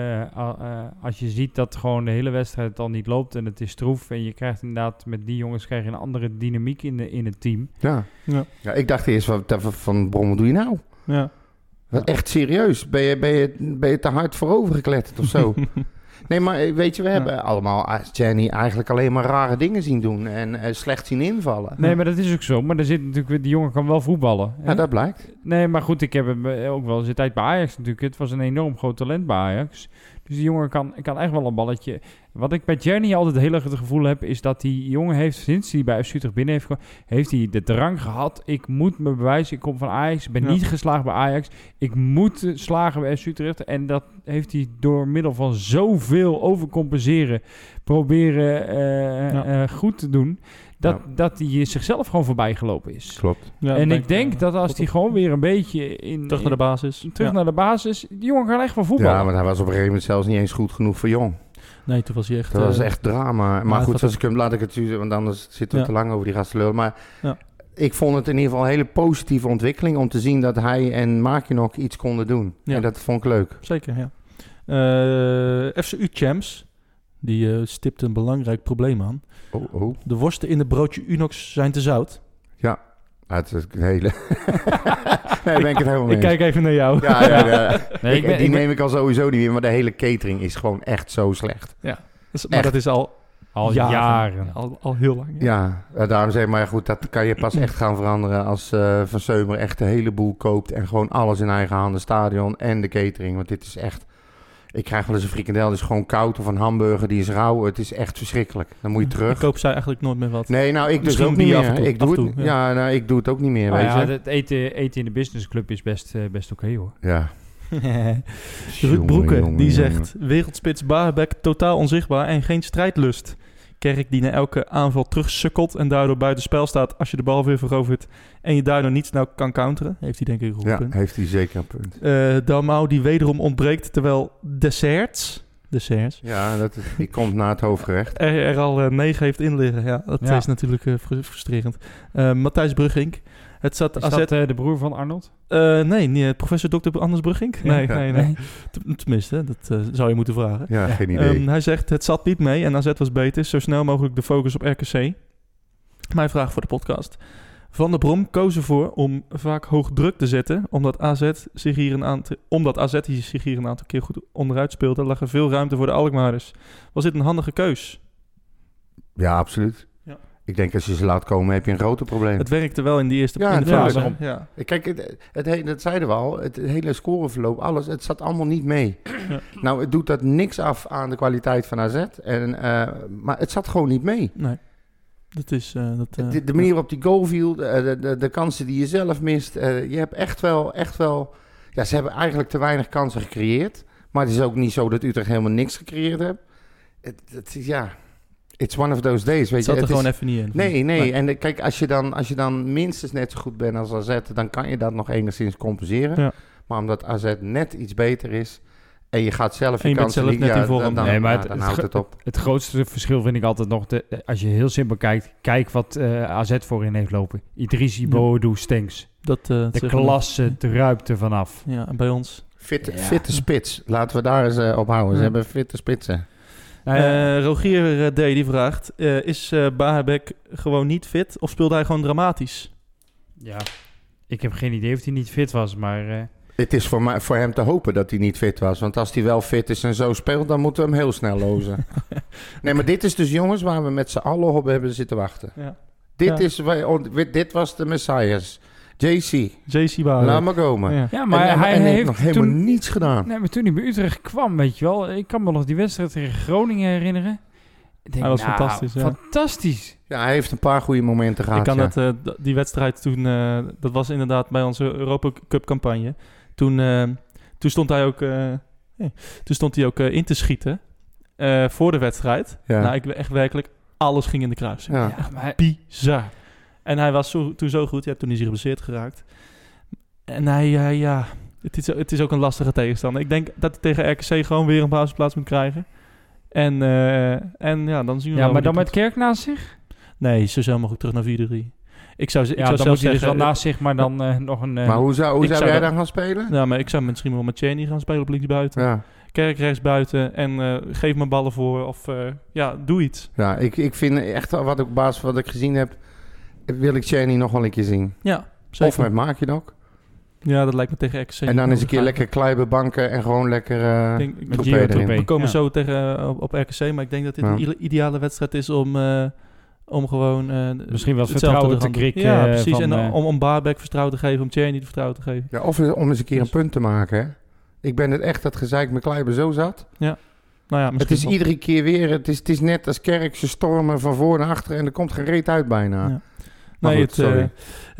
als je ziet dat gewoon de hele wedstrijd al niet loopt en het is stroef... en je krijgt inderdaad met die jongens een andere dynamiek in het team. Ja, ik dacht eerst van Brom, wat doe je nou? Ja. Echt serieus? Ben je te hard voorover gekletterd of zo? Nee, maar weet je, we hebben allemaal Czerny eigenlijk alleen maar rare dingen zien doen en slecht zien invallen. Nee, maar dat is ook zo. Maar er zit natuurlijk, die jongen kan wel voetballen. Hè? Ja, dat blijkt. Nee, maar goed, ik heb hem ook wel zijn tijd bij Ajax natuurlijk. Het was een enorm groot talent bij Ajax. Dus die jongen kan echt wel een balletje. Wat ik bij Czerny altijd heel erg het gevoel heb, is dat die jongen heeft, sinds hij bij FC Utrecht binnen heeft gekomen, heeft hij de drang gehad. Ik moet me bewijzen, ik kom van Ajax, ik ben niet geslaagd bij Ajax. Ik moet slagen bij FC Utrecht. En dat heeft hij door middel van zoveel overcompenseren proberen goed te doen. Dat hij zichzelf gewoon voorbij gelopen is. Klopt. Ja, en ik denk dat als hij gewoon weer een beetje terug naar de basis. Naar de basis, die jongen kan echt wel voetballen. Ja, maar hij was op een gegeven moment zelfs niet eens goed genoeg voor Jong. Nee, toen was hij echt... Dat was echt drama. Maar goed, zoals ik hem laat ik het u, want anders zitten we te lang over die gasten lullen. Maar ik vond het in ieder geval een hele positieve ontwikkeling om te zien dat hij en Makinok iets konden doen. Ja. En dat vond ik leuk. Zeker, ja. FC Champs. Die stipt een belangrijk probleem aan. Oh. De worsten in het broodje Unox zijn te zout. Ja, het is een hele... nee, ben ik het helemaal mee. Ik kijk even naar jou. Ja. Nee, die neem ik al sowieso niet meer, maar de hele catering is gewoon echt zo slecht. Maar dat is al jaren. Al heel lang. Ja. Ja, daarom zeg ik maar goed, dat kan je pas echt gaan veranderen als Van Seumer echt een heleboel koopt en gewoon alles in eigen handen, stadion en de catering. Want dit is echt... Ik krijg wel eens een frikandel, die is gewoon koud, of een hamburger, die is rauw. Het is echt verschrikkelijk. Dan moet je terug. Ik koop zij eigenlijk nooit meer wat. Nee, nou, ik dus Misschien ook niet bier meer. af en toe, Ik doe af en het, toe, ja, ik doe het ook niet meer, weet je. Het eten in de businessclub is best oké, hoor. Ja. Ruud Broeke, Jongen, die jongen. zegt... Wereldspits Baarbek totaal onzichtbaar en geen strijdlust. Kerk die na elke aanval terugsukkelt en daardoor buitenspel staat als je de bal weer verovert en je daardoor niet snel kan counteren. Heeft hij denk ik een goed Ja, punt. heeft hij zeker een punt. Dalmau die wederom ontbreekt terwijl Desserts Ja, die komt na het hoofdgerecht. er al 9 heeft in liggen. Ja, dat Ja. is natuurlijk frustrerend. Matthijs Bruggink. Het zat Is AZ... dat de broer van Arnold? nee, niet, professor Dr. Anders Bruggink? Nee, Ja. nee. Tenminste, dat zou je moeten vragen. Ja, geen idee. Hij zegt, het zat niet mee en AZ was beter. Zo snel mogelijk de focus op RKC. Mijn vraag voor de podcast. Van der Brom koos ervoor om vaak hoog druk te zetten. Omdat AZ zich hier een aantal keer goed onderuit speelde, lag er veel ruimte voor de Alkmaarders. Was dit een handige keus? Ja, absoluut. Ja. Ik denk als je ze laat komen, heb je een groter probleem. Het werkte wel in die eerste Ja, in de natuurlijk. fase. Ja. Kijk, dat zeiden we al, het hele scoreverloop, alles, het zat allemaal niet mee. Ja. Nou, het doet dat niks af aan de kwaliteit van AZ, maar het zat gewoon niet mee. Nee. Dat is... De manier waarop die goal viel, de kansen die je zelf mist, je hebt echt wel... Ja, ze hebben eigenlijk te weinig kansen gecreëerd, maar het is ook niet zo dat Utrecht helemaal niks gecreëerd heeft. Het is, ja... It's one of those days, weet het je. zat er gewoon even niet in. Nee. En kijk, als je dan minstens net zo goed bent als AZ, dan kan je dat nog enigszins compenseren. Ja. Maar omdat AZ net iets beter is en je gaat zelf En je je bent kansen zelf net liegen, in vorm. dan, Nee, maar dan houdt het op. Het grootste verschil vind ik altijd nog, als je heel simpel kijkt, kijk wat AZ voorin heeft lopen. Idrissi, Ja. Boadu, Stenks. De klasse druipt er vanaf. Ja, en bij ons... Fitte spits. Laten we daar eens op houden. Ze Ja. hebben fitte spitsen. Rogier D. die vraagt... is Baarbek gewoon niet fit of speelde hij gewoon dramatisch? Ja, ik heb geen idee of hij niet fit was, maar... Het is voor hem te hopen dat hij niet fit was. Want als hij wel fit is en zo speelt, dan moeten we hem heel snel lozen. Nee, maar dit is dus, jongens, waar we met z'n allen op hebben zitten wachten. Ja. Dit was de Messias. JC, JC Baarbek. laat maar komen. Ja. Ja, maar en hij heeft heeft nog helemaal toen... niets gedaan. Nee, maar toen hij bij Utrecht kwam, weet je wel... Ik kan me nog die wedstrijd tegen Groningen herinneren. Ik denk, Hij was fantastisch, ja. Fantastisch. Ja, hij heeft een paar goede momenten gehad. Ik kan ja. die wedstrijd toen... dat was inderdaad bij onze Europa Cup campagne. Toen stond hij ook... toen stond hij ook in te schieten. Voor de wedstrijd. Ja. Nou, echt werkelijk... Alles ging in de kruising. Ja. Ja, maar Bizar. En hij was toen zo goed. Ja, toen hij zich geblesseerd geraakt. En hij... Het is ook een lastige tegenstander. Ik denk dat hij tegen RKC gewoon weer een basisplaats moet krijgen. En ja, dan zien we ja, wel maar hoe dan die met Kerk naast zich? komt. Nee, zo snel mogelijk terug naar 4-3. Ik zou Ja, zelf dan moet hij zeggen... dus wel naast zich, maar dan nog een... Maar hoe zou zou jij dat- dan gaan spelen? Nou, maar ik zou misschien wel met Cheney gaan spelen op linksbuiten. Ja, Kerk rechtsbuiten. En geef me ballen voor. Of doe iets. ja ik vind echt, wat op basis van wat ik gezien heb, wil ik Cheney nog wel een keer zien. Ja, zeker. Of met Maakjedok. Ja, dat lijkt me tegen RKC. En dan eens een keer lekker kleiben banken en gewoon lekker Ik denk- met Troepé Gio erin. Troepé. We komen Ja. zo tegen op RKC, maar ik denk dat dit Ja. een ideale wedstrijd is om gewoon... Misschien wel hetzelfde vertrouwen te gaan doen. krikken. Ja, precies. van, En om Baarbek vertrouwen te geven, om Cheney vertrouwen te geven. Ja, of om eens een keer een punt te maken, hè. Ik ben het echt dat gezeik met Kleiber zo zat. Nou ja, Het misschien is wel. iedere keer weer, het is net als Kerk, ze stormen van voor naar achter en er komt geen reet uit bijna. Ja. Maar Nee, goed, sorry.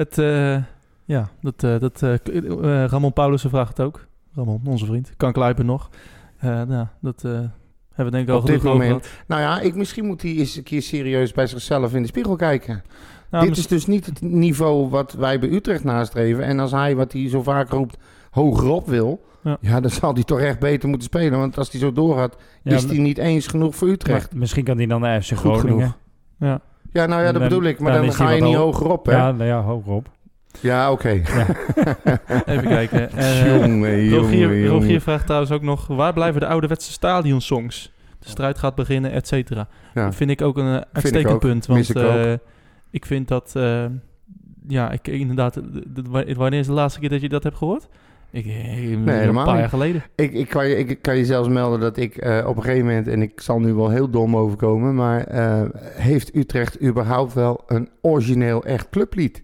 Ramon Paulussen vraagt het ook. Ramon, onze vriend. Kan Kluipen nog? Dat hebben we denk ik al Op dit genoeg over moment. gehad. Nou ja, misschien moet hij eens een keer serieus bij zichzelf in de spiegel kijken. Nou, Dit is dus niet het niveau wat wij bij Utrecht nastreven. En als hij, wat hij zo vaak roept, hogerop wil... Ja. Ja, dan zal hij toch echt beter moeten spelen. Want als hij zo doorgaat, Ja, is hij niet eens genoeg voor Utrecht. maar misschien kan hij dan naar FC Goed Groningen. genoeg. Ja. Ja, nou ja, dat Dan- bedoel ik. Maar dan dan is hij ga je wat niet hoog- hogerop, hè? Ja, nou ja, hogerop. Ja, oké. Even kijken. Jongen, Rogier jongen. vraagt trouwens ook nog... Waar blijven de ouderwetse stadionsongs? de strijd gaat beginnen, et cetera. Ja. Dat vind ik ook een ik uitstekend ook. punt. Mis Want ik ook. ik vind dat... ik inderdaad... wanneer is de laatste keer dat je dat hebt gehoord? Een helemaal paar niet. jaar geleden. Ik kan je zelfs melden dat ik op een gegeven moment... en ik zal nu wel heel dom overkomen... maar heeft Utrecht überhaupt wel een origineel echt clublied?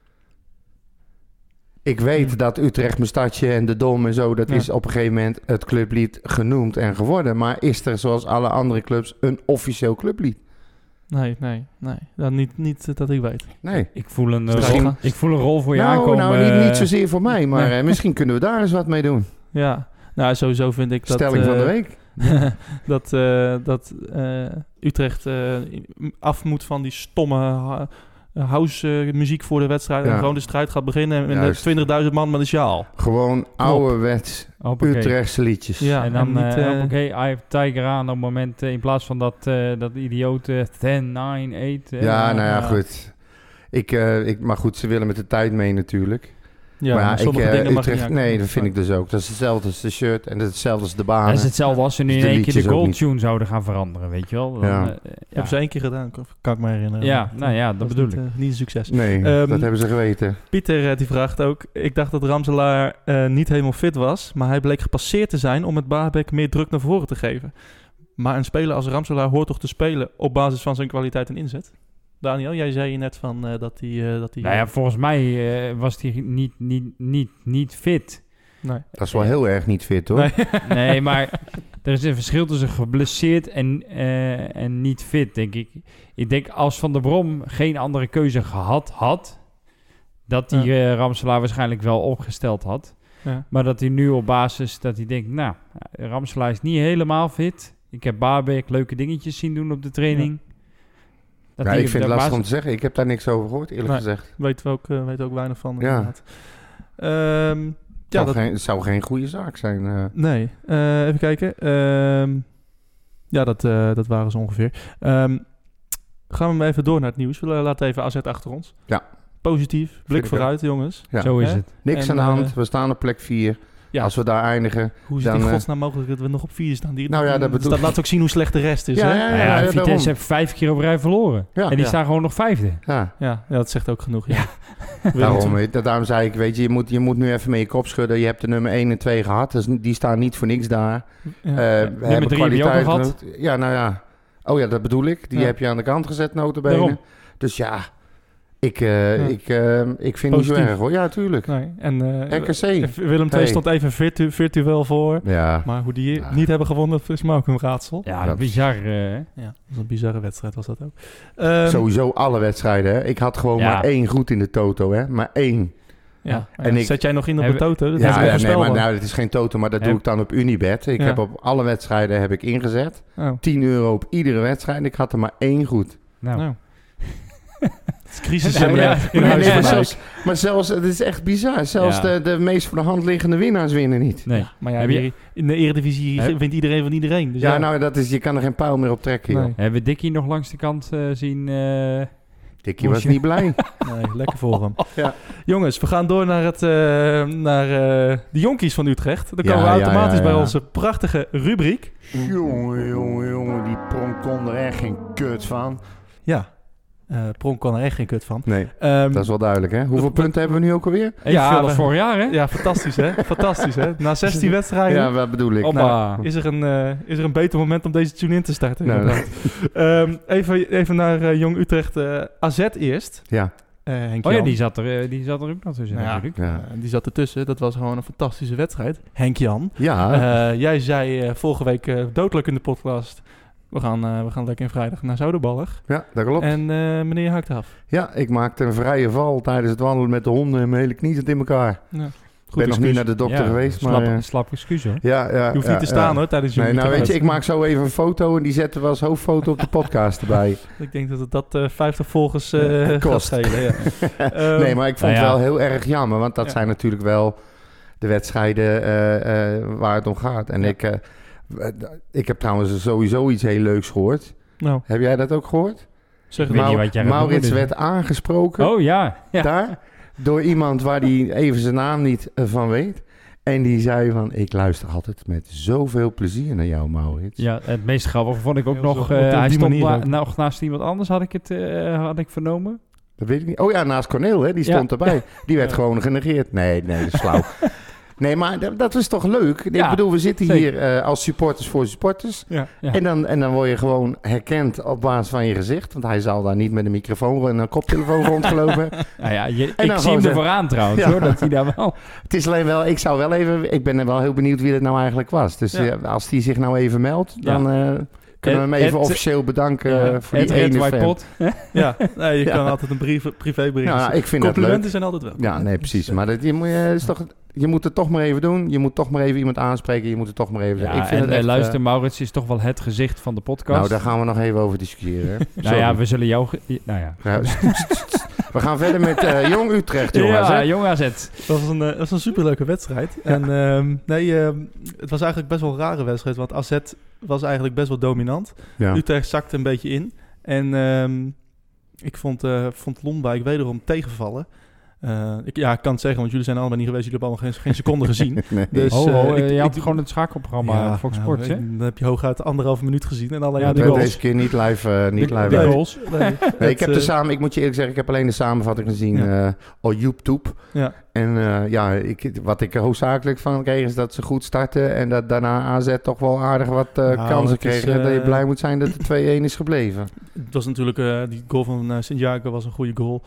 Ik weet dat Utrecht mijn stadje en de Dom en zo... dat is op een gegeven moment het clublied genoemd en geworden. Maar is er zoals alle andere clubs een officieel clublied? Nee. Dat niet dat ik weet. Nee. Ik voel een rol voor je Nou, aankomen. niet zozeer voor mij, maar misschien kunnen we daar eens wat mee doen. Ja, nou sowieso vind ik dat... Stelling van de week. dat Utrecht af moet van die stomme house muziek voor de wedstrijd. Ja. En gewoon de strijd gaat beginnen Juist. met 20.000 man met een sjaal. Gewoon ouderwets Hoppakee. Utrechtse liedjes. Ja, En dan niet, I have Tiger aan op het moment... in plaats van dat idiote 10, 9, 8... Ja, nou ja, goed. Maar goed, ze willen met de tijd mee natuurlijk. ja, maar maar sommige dingen mag je Utrecht, niet nee, dat aankomen. vind ik dus ook. Dat is hetzelfde als de shirt en dat is hetzelfde als de banen. Dat is hetzelfde als ze nu Dus in de één keer de liedjes ook gold niet. tune zouden gaan veranderen, weet je wel. Dan, Ja. Hebben ze 1 keer gedaan, kan ik me herinneren. Ja, nou ja, dat bedoel is ik. niet een succes. Nee, dat hebben ze geweten. Pieter die vraagt ook... Ik dacht dat Ramselaar niet helemaal fit was... maar hij bleek gepasseerd te zijn... om met Baarbek meer druk naar voren te geven. Maar een speler als Ramselaar hoort toch te spelen... op basis van zijn kwaliteit en inzet? Daniel, jij zei je net van dat hij... Nou ja, volgens mij was hij niet fit. Nee. Dat is wel heel erg niet fit, hoor. Nee. Nee, maar er is een verschil tussen geblesseerd en niet fit, denk ik. Ik denk als Van der Brom geen andere keuze gehad had... dat hij Ramselaar waarschijnlijk wel opgesteld had. Ja. Maar dat hij nu op basis dat hij denkt... nou, Ramselaar is niet helemaal fit. Ik heb Baarbek leuke dingetjes zien doen op de training. Dat Ja, hij ik vind op het de lastig basis- om te zeggen. Ik heb daar niks over gehoord, eerlijk Nee. gezegd. Weten we ook weinig van, Ja. inderdaad. Het zou geen goede zaak zijn. Nee, even kijken. Dat waren ze ongeveer. Gaan we even door naar het nieuws. We laten even AZ achter ons. Ja. Positief, blik ik vooruit, jongens. Ja. Zo is Hè? het. Niks En, aan de hand. We staan op plek 4. Ja. Als we daar eindigen... Hoe is het dan, in godsnaam mogelijk dat we nog op 4 staan? Nou ja, dat bedoel ik. laat ook zien hoe slecht de rest is. Ja, hè? ja, Ja, daarom. Vitesse heeft 5 keer op rij verloren. Ja. En die Ja. staan gewoon nog 5e. Ja, Ja, dat zegt ook genoeg. Ja. daarom zei ik, weet je moet nu even met je kop schudden. Je hebt de nummer 1 en 2 gehad. Dus die staan niet voor niks daar. Ja. We Nummer hebben 3 heb je ook al gehad. genoeg. Ja, nou ja. Oh ja, dat bedoel ik. Die Ja. heb je aan de kant gezet, notabene. Daarom. Dus ja, ik vind het niet zo Positief. erg, hoor. Ja, tuurlijk. Nee. En RKC. Willem II Hey. stond even virtueel voor. Ja. Maar hoe die Ja. niet hebben gewonnen, is me ook een raadsel. Ja, Dat- bizar. Ja, dat was een bizarre wedstrijd was dat ook. Sowieso alle wedstrijden. Hè. Ik had gewoon Ja. maar 1 goed in de toto, hè. Maar 1. Ja. En ik- Zet jij nog in op de Hebben- toto? Dat Ja, is nee, maar onvoorspelbaar. nou, het is geen toto, maar dat doe Heb- ik dan op Unibet. Ik Ja. heb op alle wedstrijden heb ik ingezet. Oh. €10 op iedere wedstrijd. Ik had er maar 1 goed. Nou. Het is crisis Ja, in maar ja, huis Nee, bij maar mij. zelfs, het is echt bizar. Zelfs Ja. de meest voor de hand liggende winnaars winnen niet. Nee. Maar ja, Heb je- in de Eredivisie Heb- wint iedereen van iedereen. Dus Ja, nou, je kan er geen pijl meer op trekken, joh. Nee. Hebben we Dickie nog langs de kant zien? Dikkie was niet blij. Nee, lekker voor hem. Ja. Jongens, we gaan door naar, de jonkies van Utrecht. Dan Ja, komen we ja, automatisch ja, bij ja. onze prachtige rubriek. Jongen, die Pronk kon er echt geen kut van. Ja, Pronk kan er echt geen kut van. Nee, Ehm, dat is wel duidelijk, hè? Hoeveel punten hebben we nu ook alweer? Evenveel als we- vorig jaar, hè? Ja, fantastisch hè? Fantastisch hè? Na 16 wedstrijden Ja, wat bedoel ik? Hoppa. Nou, is er een beter moment om deze tune in te starten. Nou, inderdaad. Even naar Jong Utrecht AZ eerst. Ja, Henk Oh ja, Jan. die zat er ook nog tussen, Nou ja, natuurlijk. ja. Die zat ertussen. Dat was gewoon een fantastische wedstrijd. Henk Jan. Ja, Jij zei vorige week doodleuk in de podcast... We gaan lekker in vrijdag naar Zouderballig. ja, dat klopt. En meneer haakt af. Ja, ik maakte een vrije val tijdens het wandelen met de honden en mijn hele knie zit in elkaar. Ja. Ik ben nog niet naar de dokter geweest, maar... Slap excuus, hoor. ja, Je hoeft niet te staan hoor, tijdens je Nee, nou weet je, ik maak zo even een foto en die zetten we als hoofdfoto op de podcast erbij. Ik denk dat het 50 volgers Kost. gaat schelen. Ja. Nee, maar ik vond nou het ja. wel heel erg jammer, want dat Ja. zijn natuurlijk wel de wedstrijden waar het om gaat. En ik heb trouwens sowieso iets heel leuks gehoord. Nou, Heb jij dat ook gehoord? zeg Ik het weet maar. niet wat jij gaat Maurits doen, dus. werd aangesproken Oh ja. daar door iemand waar die even zijn naam niet van weet. En die zei van, ik luister altijd met zoveel plezier naar jou, Maurits. Ja, het meest grappige vond ik ook Ja, nog... zo, op hij die stond manier ook. nog naast iemand anders, had ik vernomen. Dat weet ik niet. Oh ja, naast Corneel, hè? Die stond erbij. Die werd gewoon genegeerd. Nee, dat is flauw. Nee, maar dat is toch leuk? Ik bedoel, we zitten hier als supporters voor supporters. Ja. En dan word je gewoon herkend op basis van je gezicht. Want hij zal daar niet met een microfoon en een koptelefoon rondgelopen. Nou ja, ik dan zie hem gewoon ervoor aan trouwens, hoor. Dat hij daar wel... Het is alleen wel, ik ben er wel heel benieuwd wie het nou eigenlijk was. Dus als die zich nou even meldt, dan kunnen we hem even officieel bedanken voor die ene fan. Ja, nee, je kan altijd een privébericht. Ja, ik vind complimenten dat zijn altijd welkom. Ja, nee, precies. Maar je moet het toch maar even doen. Je moet toch maar even iemand aanspreken. Je moet het toch maar even zeggen. Ja, Ik vind het echt, luister, Maurits is toch wel het gezicht van de podcast. Nou, daar gaan we nog even over discussiëren. Nou ja, we zullen jou... We gaan verder met Jong Utrecht, jongens. Ja, hè? Jong AZ. Dat was een superleuke wedstrijd. Ja. En het was eigenlijk best wel een rare wedstrijd. Want AZ was eigenlijk best wel dominant. Ja. Utrecht zakte een beetje in. En ik vond Lonwijk wederom tegenvallen. Ik kan het zeggen, want jullie zijn allemaal niet geweest. Jullie hebben allemaal geen seconde gezien. Nee. Dus, je had gewoon het schakelprogramma Fox Sports, hè? Dan heb je hooguit 1,5 minuut gezien. En alleen de goals. Deze keer niet live. De goals. Nee, ik moet je eerlijk zeggen, ik heb alleen de samenvatting gezien op YouTube. Ja. En wat ik er hoofdzakelijk van kreeg is dat ze goed starten. En dat daarna AZ toch wel aardig wat kansen kregen. Dat je blij moet zijn dat het 2-1 is gebleven. Het was natuurlijk, die goal van Santiago was een goede goal.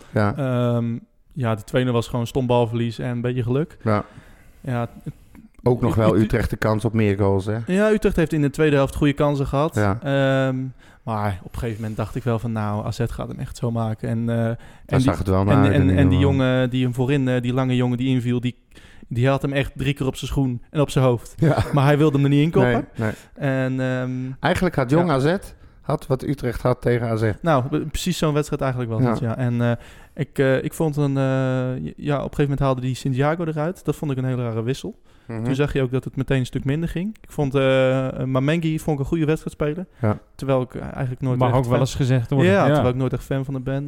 Ja. De tweede was gewoon stom balverlies en een beetje geluk. Ja. Ook nog wel Utrecht de kans op meer goals, hè? Ja, Utrecht heeft in de tweede helft goede kansen gehad. Ja. Maar op een gegeven moment dacht ik wel van... Nou, AZ gaat hem echt zo maken. Zag het wel naar uit. En die jongen die hem voorin... Die lange jongen die inviel... Die had hem echt 3 keer op zijn schoen en op zijn hoofd. Ja. Maar hij wilde hem er niet in koppen. Nee. En, eigenlijk had Jong AZ... had wat Utrecht had tegen AZ. Nou, precies zo'n wedstrijd eigenlijk was het, ja. En ik vond op een gegeven moment haalde die Santiago eruit. Dat vond ik een hele rare wissel. Mm-hmm. Toen zag je ook dat het meteen een stuk minder ging. Ik vond Mamengi een goede wedstrijd spelen. Ja. Terwijl ik eigenlijk nooit... Mag ook wel eens gezegd worden. Ja, terwijl ik nooit echt fan van hem ben.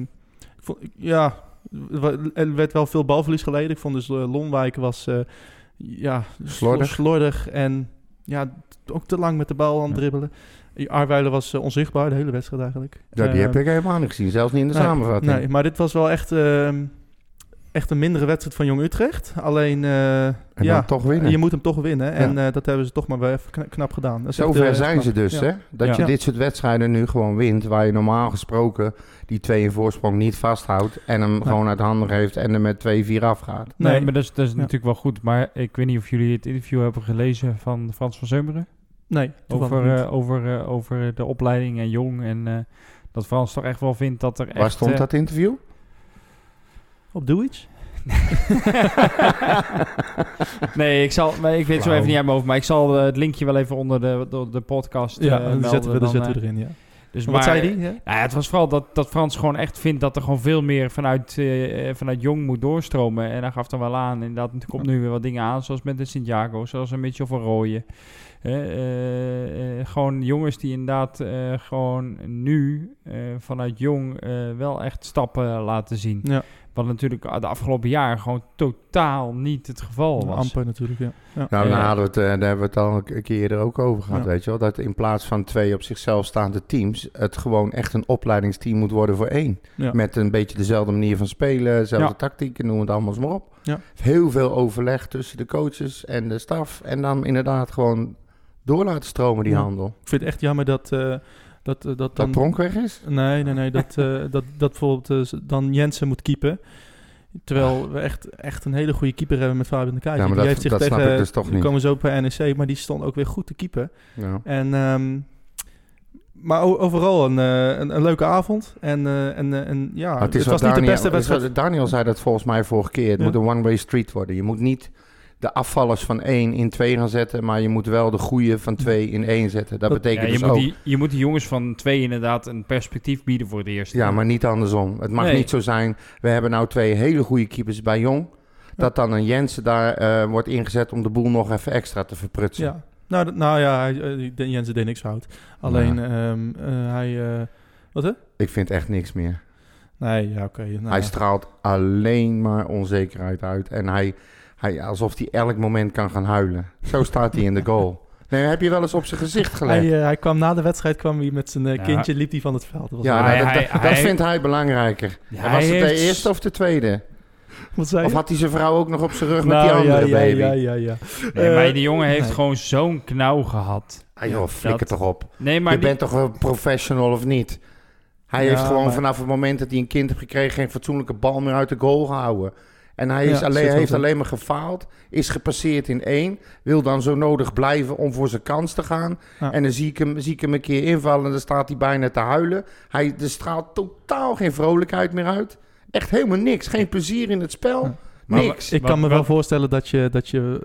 Er werd wel veel balverlies geleden. Ik vond dus Lonwijk was slordig en ook te lang met de bal aan het dribbelen. Arweiler was onzichtbaar de hele wedstrijd eigenlijk. Ja, die heb ik helemaal niet gezien. Zelfs niet in de samenvatting. Nee, maar dit was wel echt een mindere wedstrijd van Jong Utrecht. Alleen, dan toch winnen. Je moet hem toch winnen. Ja. En dat hebben ze toch maar weer even knap gedaan. Zover zijn ze dus, hè? Dat je dit soort wedstrijden nu gewoon wint. Waar je normaal gesproken die 2 in voorsprong niet vasthoudt. En hem gewoon uit handen geeft en er met 2-4 afgaat. Nee, maar dat is natuurlijk wel goed. Maar ik weet niet of jullie het interview hebben gelezen van Frans van Zeumeren. Nee, over de opleiding en Jong. En dat Frans toch echt wel vindt dat er echt... Waar stond dat interview? Op Doe Iets? Nee, ik weet het zo even niet uit mijn hoofd. Maar ik zal het linkje wel even onder de podcast melden. Zetten we erin, ja. Dus wat zei hij? Ja? Nou, het was vooral dat Frans gewoon echt vindt dat er gewoon veel meer vanuit Jong moet doorstromen. En hij gaf dan wel aan. Inderdaad, er komt nu weer wat dingen aan, zoals met de Santiago, zoals een beetje van Rooyen. Gewoon jongens die inderdaad gewoon nu vanuit Jong wel echt stappen laten zien. Ja. Wat natuurlijk de afgelopen jaar gewoon totaal niet het geval was. Amper natuurlijk, ja. Nou, daar hebben we het al een keer er ook over gehad, weet je wel. Dat in plaats van 2 op zichzelf staande teams... het gewoon echt een opleidingsteam moet worden voor 1. Ja. Met een beetje dezelfde manier van spelen, dezelfde tactieken, noem het allemaal eens maar op. Ja. Heel veel overleg tussen de coaches en de staf. En dan inderdaad gewoon door laten stromen die handel. Ik vind het echt jammer dat Pronk weg is? Nee. Dat bijvoorbeeld dan Jensen moet keepen. Terwijl we echt een hele goede keeper hebben met Fabian de Keizer. Ja, maar dat snap ik dus toch niet. We komen zo bij NEC, maar die stond ook weer goed te keepen. Ja. En, maar overal een leuke avond. Het was niet de beste wedstrijd. Daniel zei dat volgens mij vorige keer. Het moet een one-way street worden. Je moet niet de afvallers van 1 in 2 gaan zetten, maar je moet wel de goede van 2 in 1 zetten. Dat betekent dus ook... Je moet die jongens van 2 inderdaad een perspectief bieden voor het eerst. Ja, maar niet andersom. Het mag niet zo zijn, we hebben nou 2 hele goede keepers bij Jong, dat dan een Jensen daar wordt ingezet om de boel nog even extra te verprutsen. Ja. Jensen deed niks fout. Alleen hij... wat hè? Ik vind echt niks meer. Nee, ja, oké. Hij straalt alleen maar onzekerheid uit en hij Alsof hij elk moment kan gaan huilen. Zo staat hij in de goal. Nee, heb je wel eens op zijn gezicht gelegd? Hij kwam na de wedstrijd met zijn kindje, liep hij van het veld. Dat was dat vindt hij belangrijker. Ja, was het de eerste of de tweede? Wat zei je? Of had hij zijn vrouw ook nog op zijn rug met die andere baby? Ja. Nee, maar die jongen heeft gewoon zo'n knauw gehad. Ah joh, flikker toch op. Nee, maar je bent toch een professional of niet? Hij heeft gewoon vanaf het moment dat hij een kind heeft gekregen... geen fatsoenlijke bal meer uit de goal gehouden. En hij heeft alleen maar gefaald, is gepasseerd in 1... wil dan zo nodig blijven om voor zijn kans te gaan. Ja. En dan zie ik hem een keer invallen en dan staat hij bijna te huilen. Er straalt totaal geen vrolijkheid meer uit. Echt helemaal niks. Geen plezier in het spel. Ja. Niks. Ik kan me wel voorstellen dat je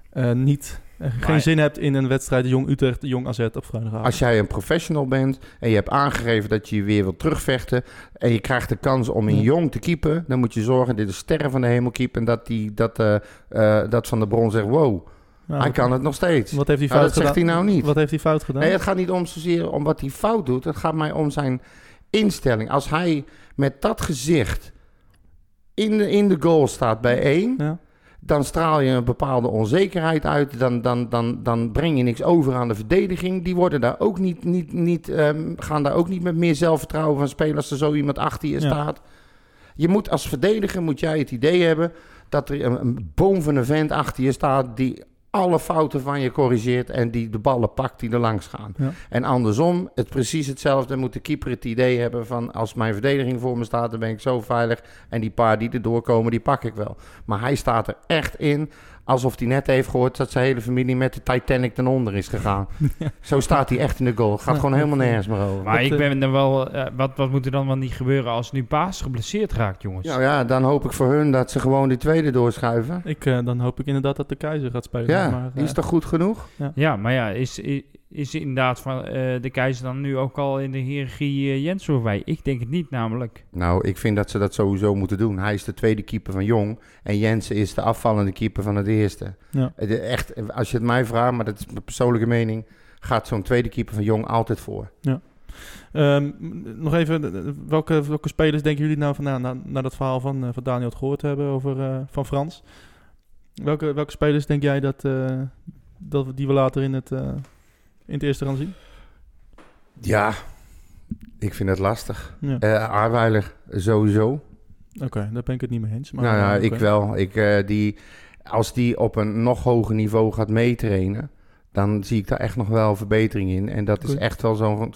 geen zin hebt in een wedstrijd Jong Utrecht, Jong AZ op vrijdagavond. Als jij een professional bent en je hebt aangegeven dat je weer wilt terugvechten en je krijgt de kans om in Jong te keepen, dan moet je zorgen dat de sterren van de hemel keepen en dat Van der Bron zegt, wow, hij kan het nog steeds. Wat heeft hij fout gedaan? Dat zegt hij nou niet. Wat heeft hij fout gedaan? Nee, het gaat niet zozeer om wat hij fout doet. Het gaat mij om zijn instelling. Als hij met dat gezicht in de goal staat bij 1... dan straal je een bepaalde onzekerheid uit. Dan breng je niks over aan de verdediging. Die worden daar ook gaan daar ook niet met meer zelfvertrouwen van spelen als er zo iemand achter je staat. Je moet als verdediger het idee hebben dat er een boom van een vent achter je staat die alle fouten van je corrigeert en die de ballen pakt die er langs gaan. Ja. En andersom, precies hetzelfde. Dan moet de keeper het idee hebben van als mijn verdediging voor me staat, dan ben ik zo veilig. En die paar die er doorkomen, die pak ik wel. Maar hij staat er echt in alsof hij net heeft gehoord dat zijn hele familie met de Titanic ten onder is gegaan. Ja. Zo staat hij echt in de goal. Gaat gewoon helemaal nergens meer over. Maar ik ben er wel... wat moet er dan wel niet gebeuren als nu Paas geblesseerd raakt, jongens? Ja, dan hoop ik voor hun dat ze gewoon die tweede doorschuiven. Dan hoop ik inderdaad dat de Keizer gaat spelen. Ja, maar, die is toch goed genoeg? Ja, maar ja, is inderdaad van de Keizer dan nu ook al in de hiërarchie Jens voorbij? Ik denk het niet namelijk. Nou, ik vind dat ze dat sowieso moeten doen. Hij is de tweede keeper van Jong en Jensen is de afvallende keeper van het eerste. Ja. Echt, als je het mij vraagt, maar dat is mijn persoonlijke mening, gaat zo'n tweede keeper van Jong altijd voor. Ja. Nog even, welke spelers denken jullie nou van na dat verhaal van Daniel het gehoord hebben over van Frans? Welke spelers denk jij dat die we later in het eerste gaan zien? Ja, ik vind het lastig. Ja. Aarweiler, sowieso. Oké, daar ben ik het niet mee eens. Maar nou ja, ik wel. Als die op een nog hoger niveau gaat meetrainen, dan zie ik daar echt nog wel verbetering in. En dat is echt wel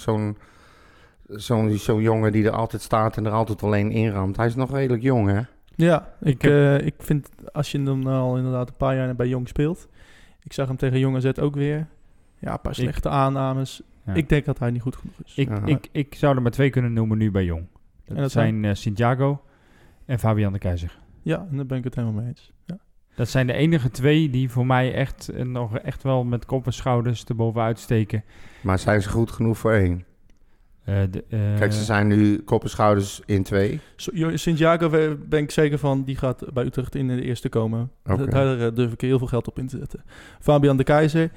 zo'n jongen die er altijd staat en er altijd alleen inramt. Hij is nog redelijk jong, hè? Ja, ik vind als je hem al inderdaad een paar jaar bij Jong speelt. Ik zag hem tegen Jong AZ ook weer. Ja, een paar slechte aannames. Ja. Ik denk dat hij niet goed genoeg is. Ik zou er maar 2 kunnen noemen nu bij Jong. Dat zijn Santiago en Fabian de Keizer. Ja, en daar ben ik het helemaal mee eens. Ja. Dat zijn de enige 2 die voor mij echt wel met kop en schouders erbovenuit steken. Maar zijn ze goed genoeg voor 1? Kijk, ze zijn nu kop en schouders in 2. Santiago ben ik zeker van, die gaat bij Utrecht in de eerste komen. Okay. Daar durf ik heel veel geld op in te zetten. Fabian de Keizer,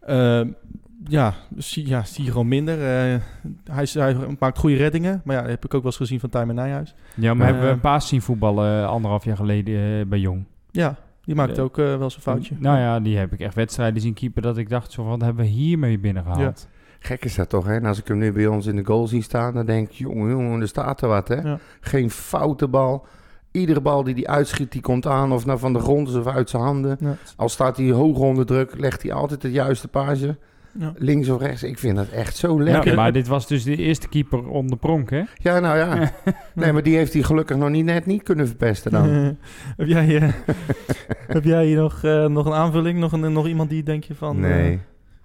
zie je gewoon minder. Hij maakt goede reddingen, maar ja, dat heb ik ook wel eens gezien van Tijmen Nijhuis. Ja, maar hebben we een Paas zien voetballen 1,5 jaar geleden bij Jong. Ja, die maakt ook wel zijn foutje. Nou ja, die heb ik echt wedstrijden zien keeper dat ik dacht, wat hebben we hiermee binnengehaald? Ja. Gek is dat toch, hè? En als ik hem nu bij ons in de goal zie staan, dan denk ik, jongen, er staat er wat, hè? Ja. Geen foute bal. Iedere bal die hij uitschiet, die komt aan of van de grond is of uit zijn handen. Ja. Al staat hij hoog onder druk, legt hij altijd het juiste paasje. Ja. Links of rechts. Ik vind dat echt zo lekker. Ja, maar dit was dus de eerste keeper onder Pronk, hè? Ja, nou ja. Nee, maar die heeft hij gelukkig net niet kunnen verpesten dan. Heb jij hier nog een aanvulling? Nog iemand die denk je van... Nee.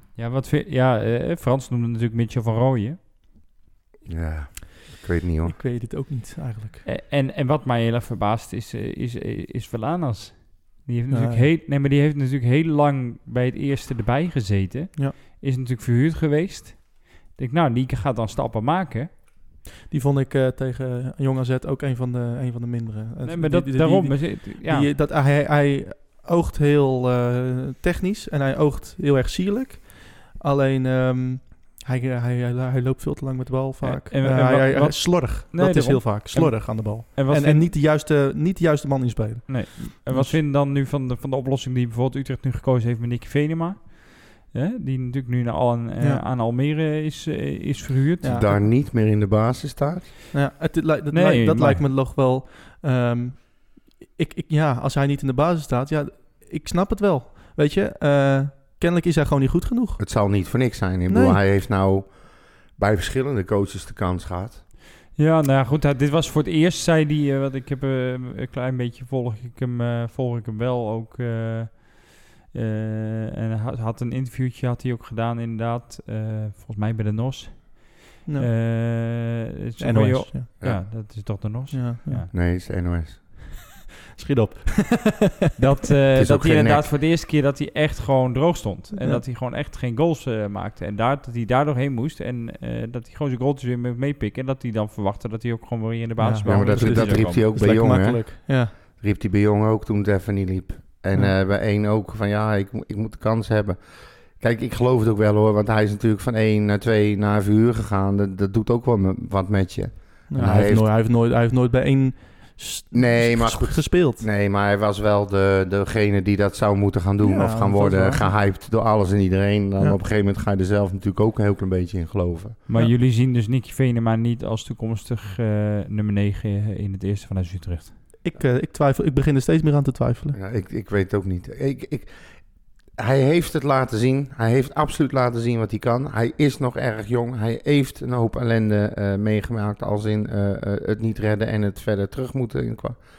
Frans noemde natuurlijk Mitchell van Rooyen. Ja, ik weet niet hoor. Ik weet het ook niet eigenlijk. En wat mij heel erg verbaast is Valanas. Die heeft natuurlijk heel lang bij het eerste erbij gezeten. Ja. Is natuurlijk verhuurd geweest. Ik denk, die gaat dan stappen maken. Die vond ik tegen Jong AZ ook een van de mindere. Nee, maar daarom. Hij oogt heel technisch en hij oogt heel erg sierlijk. Alleen Hij loopt veel te lang met de bal vaak. Wat slordig. Nee, dat is daarom. heel vaak. Slordig aan de bal. En niet de juiste man inspelen. Nee. En wat vinden dan nu van de oplossing die bijvoorbeeld Utrecht nu gekozen heeft met Nicky Venema? Die natuurlijk nu aan Almere is verhuurd. Ja. Daar niet meer in de basis staat. Ja, dat lijkt me nog wel... als hij niet in de basis staat... Ja, ik snap het wel. Weet je, kennelijk is hij gewoon niet goed genoeg. Het zal niet voor niks zijn. Ik bedoel, hij heeft nou bij verschillende coaches de kans gehad. Ja, nou ja, goed. Dit was voor het eerst, zei hij... wat ik heb een klein beetje volg ik hem wel ook... en hij had een interviewtje had hij ook gedaan inderdaad. Volgens mij bij de NOS. Ja. NOS. Ja. Ja, dat is toch de NOS? Ja. Nee, het is de NOS. Schiet op. Dat hij inderdaad nek. voor de eerste keer dat hij echt gewoon droog stond. En Ja. dat hij gewoon echt geen goals maakte. En dat hij daar doorheen moest. En dat hij gewoon zijn goaltjes weer meepikken. En dat hij dan verwachtte dat hij ook gewoon weer in de basis Ja, maar dat riep hij ook bij Jong, hè? Ja. Riep hij bij Jong ook toen het even niet liep. En bij 1 ook van ik moet de kans hebben. Kijk, ik geloof het ook wel hoor. Want hij is natuurlijk van 1 naar 2 naar 4 uur gegaan. Dat doet ook wel wat met je. Ja, hij heeft nooit bij één gespeeld. Nee, maar hij was wel degene die dat zou moeten gaan doen. Ja, of gaan worden gehyped door alles en iedereen. Dan op een gegeven moment ga je er zelf natuurlijk ook een heel klein beetje in geloven. Maar jullie zien dus Nicky Venema niet als toekomstig nummer 9 in het eerste vanuit Utrecht? Ik twijfel. Ik begin er steeds meer aan te twijfelen. Ja, ik weet het ook niet. Hij heeft het laten zien. Hij heeft absoluut laten zien wat hij kan. Hij is nog erg jong. Hij heeft een hoop ellende meegemaakt. Als in het niet redden en het verder terug moeten.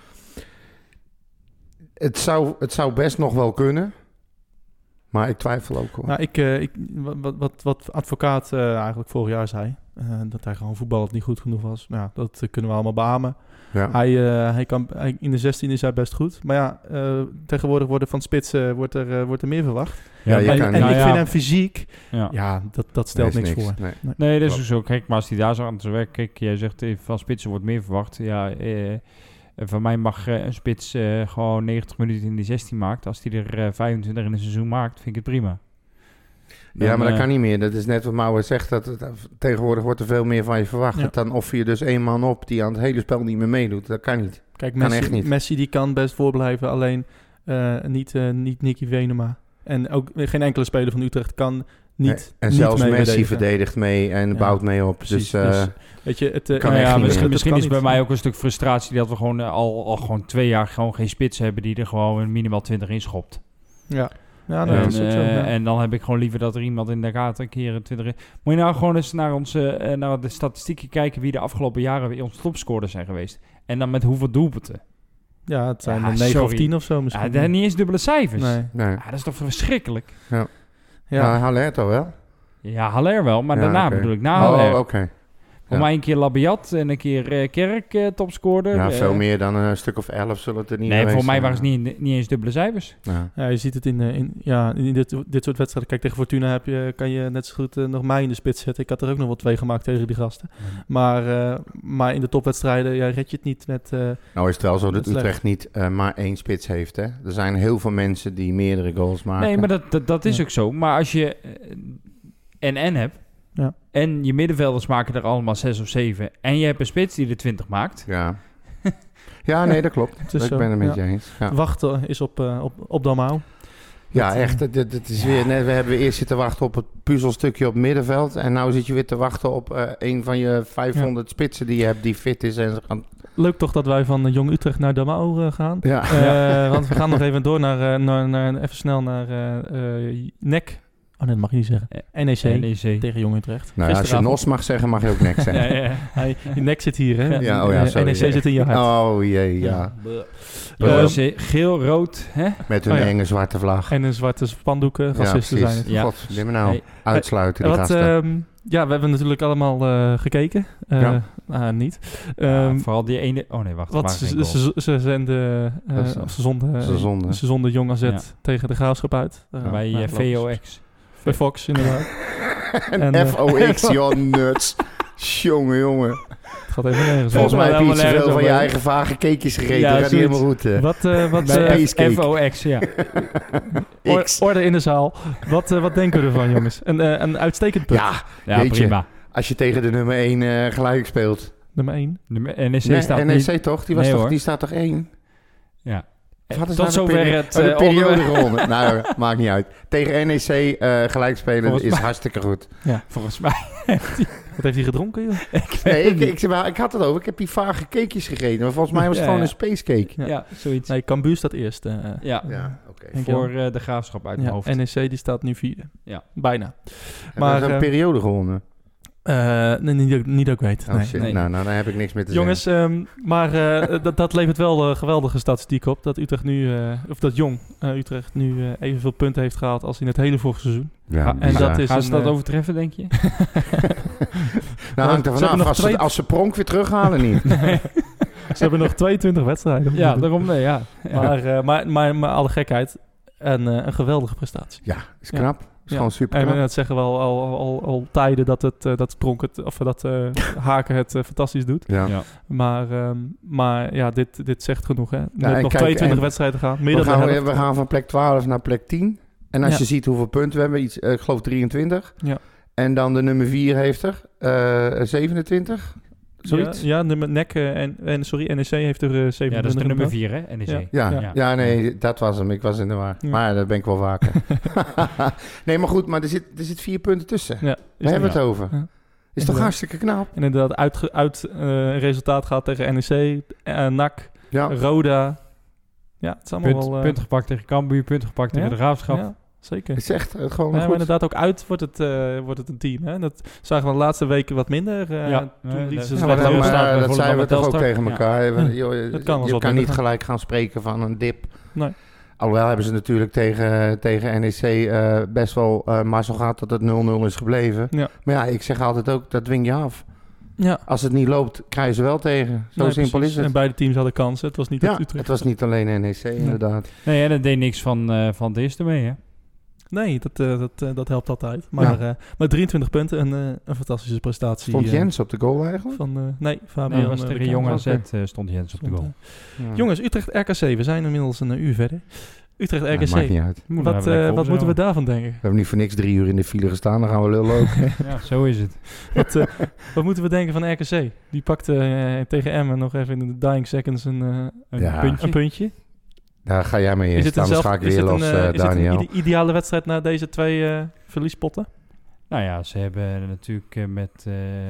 Het zou best nog wel kunnen. Maar ik twijfel ook hoor. Nou, wat advocaat eigenlijk vorig jaar zei. Dat hij gewoon voetballend niet goed genoeg was. Nou, dat kunnen we allemaal beamen. Ja. Hij in de 16 is hij best goed. Maar ja, tegenwoordig wordt van spitsen wordt er meer verwacht. Ja, Ik vind hem fysiek... Ja, Ja, dat stelt niks voor. Nee, dat is ook zo. Kijk, maar als hij daar zo aan zijn werk... Kijk, jij zegt van spitsen wordt meer verwacht. Ja, van mij mag een spits gewoon 90 minuten in die 16 maakt. Als hij er 25 in een seizoen maakt, vind ik het prima. Ja, maar dat kan niet meer. Dat is net wat Maurits zegt. Tegenwoordig wordt er veel meer van je verwacht. Ja. Dan offer je dus 1 man op die aan het hele spel niet meer meedoet. Dat kan niet. Kijk, echt niet. Messi die kan best voorblijven, alleen niet Nicky Venema. En ook geen enkele speler van Utrecht kan niet. En niet zelfs mee Messi verdedigen. verdedigt mee en bouwt mee op. Precies, Dus weet je, het kan echt niet meer. Misschien kan is bij niet. mij ook een stuk frustratie dat we gewoon al gewoon 2 jaar gewoon geen spits hebben die er gewoon minimaal 20 in schopt. Ja, dat is ook zo. Ja. En dan heb ik gewoon liever dat er iemand in de gaten een keer 20 in... Moet je nou gewoon eens naar de statistieken kijken wie de afgelopen jaren weer ons topscorers zijn geweest. En dan met hoeveel doelpunten. Ja, het zijn Ja, er 9 of sorry. 10 of zo misschien. Ja, niet eens dubbele cijfers. Nee. nee. Ja, dat is toch verschrikkelijk? Ja, Haller wel. Ja, Haller wel, maar Ja, daarna oké. bedoel ik. Na Haller. Oh, oké. Voor mij een keer Labiat en een keer Kerk topscorer. Ja, veel meer dan een stuk of 11 zullen het er niet Nee, geweest voor mij zijn. waren het niet eens dubbele cijfers. Ja. Ja, je ziet het in dit soort wedstrijden. Kijk, tegen Fortuna kan je net zo goed nog mij in de spits zetten. Ik had er ook nog wel 2 gemaakt tegen die gasten. Maar in de topwedstrijden red je het niet met... Nou is het wel zo dat Slecht. Utrecht niet maar 1 spits heeft. Hè? Er zijn heel veel mensen die meerdere goals maken. Nee, maar dat is ook zo. Maar als je en hebt... Ja. En je middenvelders maken er allemaal 6 of 7. En je hebt een spits die er 20 maakt. Ja. Ja, nee, dat klopt. Het is Ik zo, ben het met ja. je eens. Ja, Wachten is op Dalmau. ja Dat, echt. Het is weer, we hebben eerst zitten wachten op het puzzelstukje op het middenveld. En nu zit je weer te wachten op een van je 500 spitsen die je hebt die fit is. En ze gaan... Leuk toch dat wij van Jong Utrecht naar Dalmau gaan. Ja. Want we gaan nog even door even snel naar NEC. Oh nee, dat mag je niet zeggen. NEC. Tegen Jong Utrecht. Nou, als je Gisteravond. NOS mag zeggen, mag je ook niks zeggen. Die NEC zit hier, hè? Ja, oh ja, sorry. NEC zit in je hart. Oh jee, ja. Geel, rood. Hè? Met hun Oh ja. enge zwarte vlag. En een zwarte spandoeken. Ja, Racisten zijn precies. het. Ja. God, neem me nou. Hey. Uitsluiten die gasten. We hebben natuurlijk allemaal gekeken. Niet. Vooral die ene... Oh nee, wacht. Wat ze zonden Jong AZ tegen de Graafschap uit. Bij VOX. Bij Fox, inderdaad. En FOX, joh, nuts. Jongen. gaat helemaal nergens Volgens over. mij heb je iets helemaal te veel van je nergens eigen vage cakejes gegeten. Ja, Dat gaat niet zoiets. helemaal goed. Wat Space cake. FOX, ja. X. orde in de zaal. Wat denken we ervan, jongens? Een uitstekend punt. Ja, Ja, weet je, prima. als je tegen de nummer 1 gelijk speelt. Nummer 1. De NEC Nee, staat NEC niet... toch? Die, Nee, hoor. die staat toch 1? Ja. Of hadden ze Tot nou de zover peri- het de periode onderwerp. ronde. Nou, maakt niet uit. Tegen NEC gelijk spelen Volgens is mij- hartstikke goed. Volgens mij. Wat heeft hij gedronken, joh? Nee, ik had het over. Ik heb die vage cakejes gegeten. Maar volgens mij was het Ja, gewoon ja. een space cake. Ja, zoiets. Nee, Cambuur staat eerst. Ja, Ja, oké. Denk je voor de Graafschap uit mijn hoofd. NEC die staat nu 4e. Ja. Bijna. Maar Maar, een periode gewonnen. Nee, niet dat ik weet. Oh nee. shit, nee. nou, dan heb ik niks meer te Jongens, maar dat levert wel geweldige statistiek op. Dat Utrecht nu, of dat Jong Utrecht nu evenveel punten heeft gehaald als in het hele vorige seizoen. zeggen. Ja, en bizar. dat is Gaan ze dat een, overtreffen, denk je? Nou, hangt er Ze hebben vanaf. nog Als, twee- als ze Pronk weer terughalen, niet. Ze hebben nog 22 wedstrijden. Ja, daarom nee, ja. Maar alle gekheid. En een geweldige prestatie. Ja, is Ja. knap. Is Ja. gewoon super En knap. dat zeggen we al tijden dat Pronk het, of dat Haken het fantastisch doet. Ja. Ja. Maar ja, dit zegt genoeg. Hè? en Nog kijk, 22 en wedstrijden gaan. Meer We dan de gaan, helft. we gaan van plek 12 naar plek 10. En als Ja. je ziet hoeveel punten we hebben, iets, ik geloof 23. Ja. En dan de nummer 4 heeft er 27. Zoiets. Ja, NEC NEC heeft er 27. Ja, dat is de nummer inderdaad. 4, hè? NEC. Ja. Ja, nee, dat was hem. Ik was in de war. Ja. Maar dat ben ik wel vaker. Nee, maar goed, maar er zit 4 punten tussen. Ja, We hebben het ja. over. Ja. Is toch Inderdaad. hartstikke knap? En inderdaad, resultaat gaat tegen NEC, NAC, Ja. Roda. Ja, het is allemaal wel... Punten gepakt tegen Cambuur, punten gepakt tegen ja. de Graafschap. Ja, zeker. Het is echt gewoon Ja, maar goed. inderdaad, ook uit wordt het een team. Hè? Dat zagen we de laatste weken wat minder. Ja. Toen Nee, lieten ze dat- ze Ja, wat maar langer dat, staat staan. dat voor zeiden we de toch ook Telstar. tegen elkaar. Ja. Joh, Dat kan wel eens je wat kan minder niet gaan. gelijk gaan spreken van een dip. Nee. Alhoewel hebben ze natuurlijk tegen NEC best wel mazzel gehad dat het 0-0 is gebleven. Ja. Maar ja, ik zeg altijd ook, dat dwing je af. Ja. Als het niet loopt, krijg je ze wel tegen. Zo Nee, simpel precies. is het. En beide teams hadden kansen. Het was niet Ja, het Utrecht. het was niet alleen NEC inderdaad. Nee, en dat deed niks van het eerste mee, hè? Nee, dat helpt altijd. Maar 23 punten, een fantastische prestatie. Stond Jens op de goal eigenlijk? Nee, Fabian. Nee, dat was de tegen Kuip. Jong Oké. AZ stond Jens op de goal. Ja. Jongens, Utrecht-RKC. We zijn inmiddels een uur verder. Ja, Utrecht-RKC. maakt niet uit. Wat moeten we daarvan denken? We hebben niet voor niks 3 uur in de file gestaan, dan gaan we lullen ook. Ja, zo is het. Wat moeten we denken van RKC? Die pakte tegen Emmen nog even in de dying seconds een Ja. puntje. Daar ga jij mee eerst, anders ga ik weer los, Daniel. Ideale wedstrijd na deze twee verliespotten? Nou ja, ze hebben natuurlijk met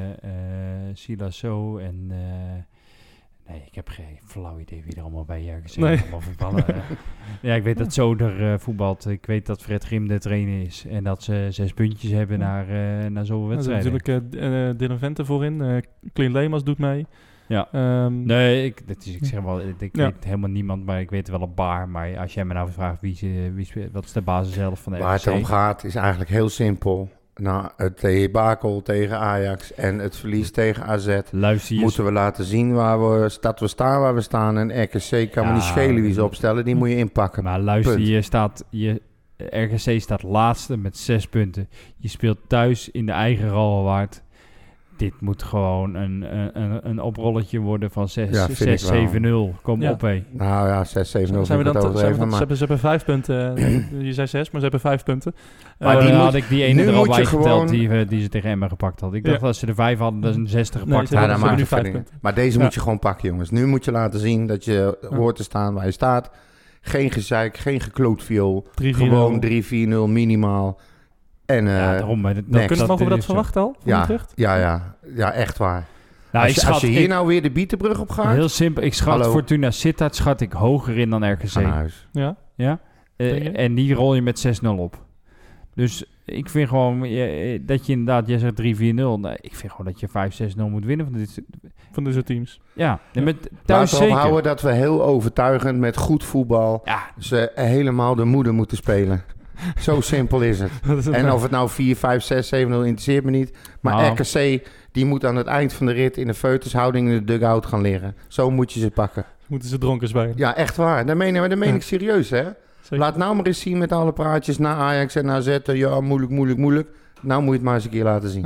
Silasso en... nee, ik heb geen flauw idee wie er allemaal bij RKC Nee. allemaal vervallen. Ja, ik weet dat Zoder voetbalt. Ik weet dat Fred Grim de trainer is. En dat ze 6 puntjes hebben naar zoveel Er zit wedstrijden. natuurlijk Dylan Vente voorin. Clint Leemans doet mee. Ja. Nee. Ik zeg wel, ik Ja. weet helemaal niemand, maar ik weet wel een paar. Maar als jij me nou vraagt wat is de basis zelf van de Waar het RKC? om gaat is eigenlijk heel simpel. Na het debakel tegen Ajax en het verlies tegen AZ... Luister je moeten we laten zien dat we staan waar we staan. En RKC kan me Ja, niet schelen wie ze opstellen. Die moet je inpakken. Maar luister, Punt. RKC staat laatste met 6 punten. Je speelt thuis in de eigen Ralwaard. Dit moet gewoon een oprolletje worden van 6-7-0. Ja, vind ik wel. Kom Ja. op, hé. Nou ja, 6-7-0 Zijn we vind ik dan het overdreven. ze hebben 5 punten. Je zei 6, maar ze hebben 5 punten. Maar die Dan moet- had ik die ene nu er al moet je bij geteld gewoon- die ze tegen Emma gepakt had. Ik Ja. dacht dat ze er 5 hadden, dat is een 60 Nee, gepakt ze Ja, hebben- dat hadden. nu maakt 5 het punten. Maar deze Ja. moet je gewoon pakken, jongens. Nu moet je laten zien dat je Ja. hoort te staan waar je staat. Geen gezeik, geen gekloot-viool. 3-4-0. Gewoon 3-4-0 minimaal. En Ja, daarom. Maar Mogen we dat is zo. verwachten al? Van ja, Utrecht? ja, echt waar. Nou, Als je hier nou weer de Bietenbrug op gaat, heel simpel. Ik schat Hallo. Fortuna Sittard schat ik hoger in dan RKC. ga naar huis. Ja. Ja? Denk je? En die rol je met 6-0 op. Dus ik vind gewoon dat je inderdaad, jij zegt 3-4-0. Nee, ik vind gewoon dat je 5-6-0 moet winnen van dit. Van deze teams. Ja, en met thuis Laten we zeker. ophouden dat we heel overtuigend met goed voetbal Ja, ze helemaal de moeder moeten spelen. Zo simpel is het. En of het nou 4, 5, 6, 7-0 interesseert me niet. Maar Nou. RKC, die moet aan het eind van de rit in de feutushouding in de dugout gaan liggen. Zo moet je ze pakken. Moeten ze dronken spelen. Ja, echt waar. Dat meen ik serieus, hè. Zeker. Laat nou maar eens zien met alle praatjes na Ajax en AZ. Ja, moeilijk. Nou moet je het maar eens een keer laten zien. Ja.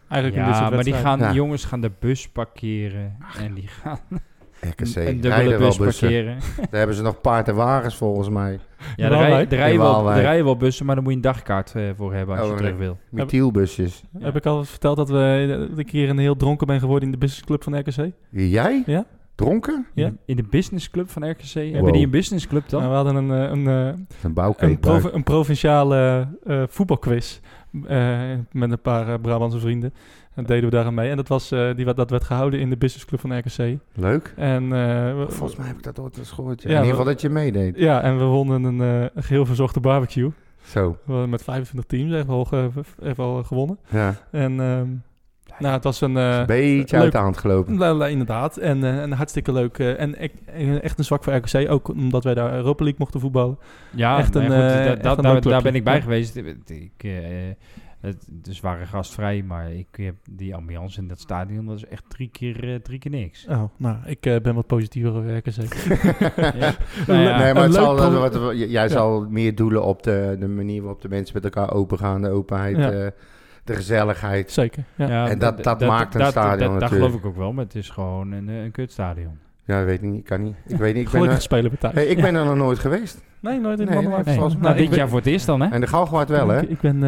Eigenlijk in dit soort maar die wedstrijden. jongens gaan de bus parkeren. En die gaan RKC een dubbele rijden wel bus bussen. parkeren. Daar hebben ze nog paard en wagens volgens mij. Ja, In Waalwijk? er rijden Waalwijk. wel bussen, maar daar moet je een dagkaart voor hebben als je terug wil. Methielbusjes. Heb ik al verteld dat ik een keer een heel dronken ben geworden in de businessclub van RKC? Jij? Ja. Dronken? Ja. In de businessclub van RKC? Hebben die een businessclub dan? Nou, we hadden Een bouwkeet. een provinciale voetbalquiz met een paar Brabantse vrienden. En deden we daar aan mee. En dat werd gehouden in de businessclub van RKC. Leuk. En, Volgens mij heb ik dat ooit eens gehoord. Ja. Ja, In ieder geval dat je meedeed. Ja, en we wonnen een geheel verzorgde barbecue. Zo, Met 25 teams echt wel gewonnen. ja. En het was een... Beetje leuk. uit de hand gelopen. Inderdaad. En hartstikke leuk. En echt een zwak voor RKC. Ook omdat wij daar Europa League mochten voetballen. Ja, echt een, echt echt een leuk daar clubje. ben ik bij Ja. geweest. Dus waren gastvrij, maar ik heb die ambiance in dat stadion, dat is echt drie keer niks. Oh, nou, ik ben wat positiever over RKC. Ja. Nou ja, Nee, maar het een zal, leuk jij zal meer doelen op de manier waarop de mensen met elkaar open gaan. De openheid, Ja. de gezelligheid. Zeker, ja. ja, En dat maakt een stadion Dat natuurlijk. geloof ik ook wel, maar het is gewoon een kutstadion. Ja, weet ik niet. Ik kan niet. Ik weet niet. Gelukkig spelen we thuis. Ik ben er nog nooit geweest. Nee, nooit in Nee, Mannenwaard. nee. Nee. Volgens Nou, mij- dit jaar voor het eerst dan, hè? En de Galgenwaard wel, hè? Ik ben,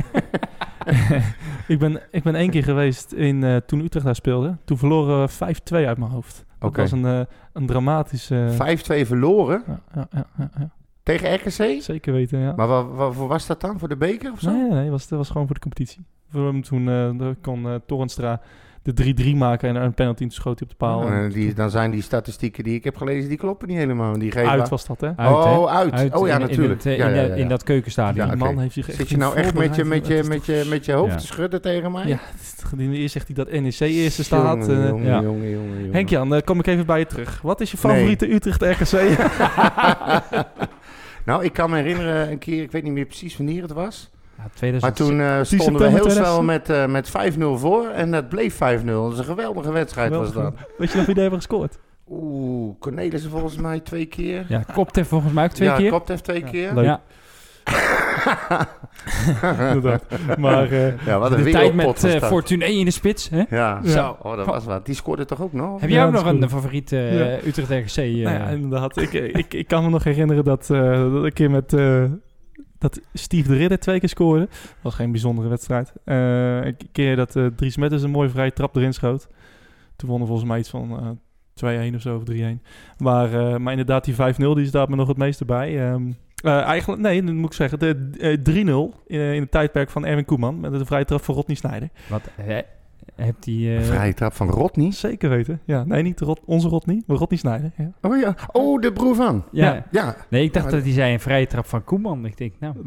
ik ben 1 keer geweest toen Utrecht daar speelde. Toen verloren we 5-2 uit mijn hoofd. Dat Oké. was een dramatische... 5-2 verloren Ja. tegen RKC? Zeker weten, ja. Maar waarvoor was dat dan? Voor de beker of zo? Nee, dat was gewoon voor de competitie. Toen kon Torrenstra de 3-3 maken en een penalty schoot hij op de paal. Dan zijn die statistieken die ik heb gelezen, die kloppen niet helemaal. Die geven Uit was dat, hè? Uit, hè? Uit. Oh ja, natuurlijk. In dat keukenstadion. Ja, Die oké. man heeft zich echt Zit je nou echt met voorbereid. je hoofd Ja. te schudden tegen mij? Ja, eerst zegt hij dat NEC eerste staat. Jongen. Ja. Henk-Jan, kom ik even bij je terug. Wat is je favoriete Utrecht RKC? Nou, ik kan me herinneren een keer, ik weet niet meer precies wanneer het was. Ja, Maar 2000. toen stonden we september heel 2000. snel met 5-0 voor en dat bleef 5-0. Dat is een geweldige wedstrijd was dat. Weet je nog wie daar hebben gescoord? Oeh, Cornelissen volgens mij 2 keer. Ja, Koptev volgens mij ook 2 keer. Ja, Koptev 2 keer. leuk. Ja. Inderdaad. Maar Ja, wat een De tijd wereldpot met was dat. Fortune 1 in de spits. Hè? Ja, Ja. zo. Oh, dat was wat. Die scoorde toch ook nog? Heb Ja, jij ook dat nog is een goed. favoriete Ja. Utrecht RKC? nou ja, inderdaad. Ik kan me nog herinneren dat een keer met... dat Steve de Ridder 2 keer scoorde. Dat was geen bijzondere wedstrijd. Een keer dat Dries Metters een mooie vrije trap erin schoot. Toen wonnen volgens mij iets van 2-1 of zo, of 3-1. Maar inderdaad, die 5-0 die staat me nog het meeste bij. Eigenlijk, nee, dat moet ik zeggen. De 3-0 in het tijdperk van Erwin Koeman. Met de vrije trap van Rodney Sneijder. Wat hebt die... Een vrije trap van Rodney. Zeker weten. Ja, nee, niet onze Rodney, maar Rodney Sneijder. Ja. Oh ja. Oh, de broer van. Ja. Ja. Nee, ik dacht dat hij zei een vrije trap van Koeman. Ik denk, nou...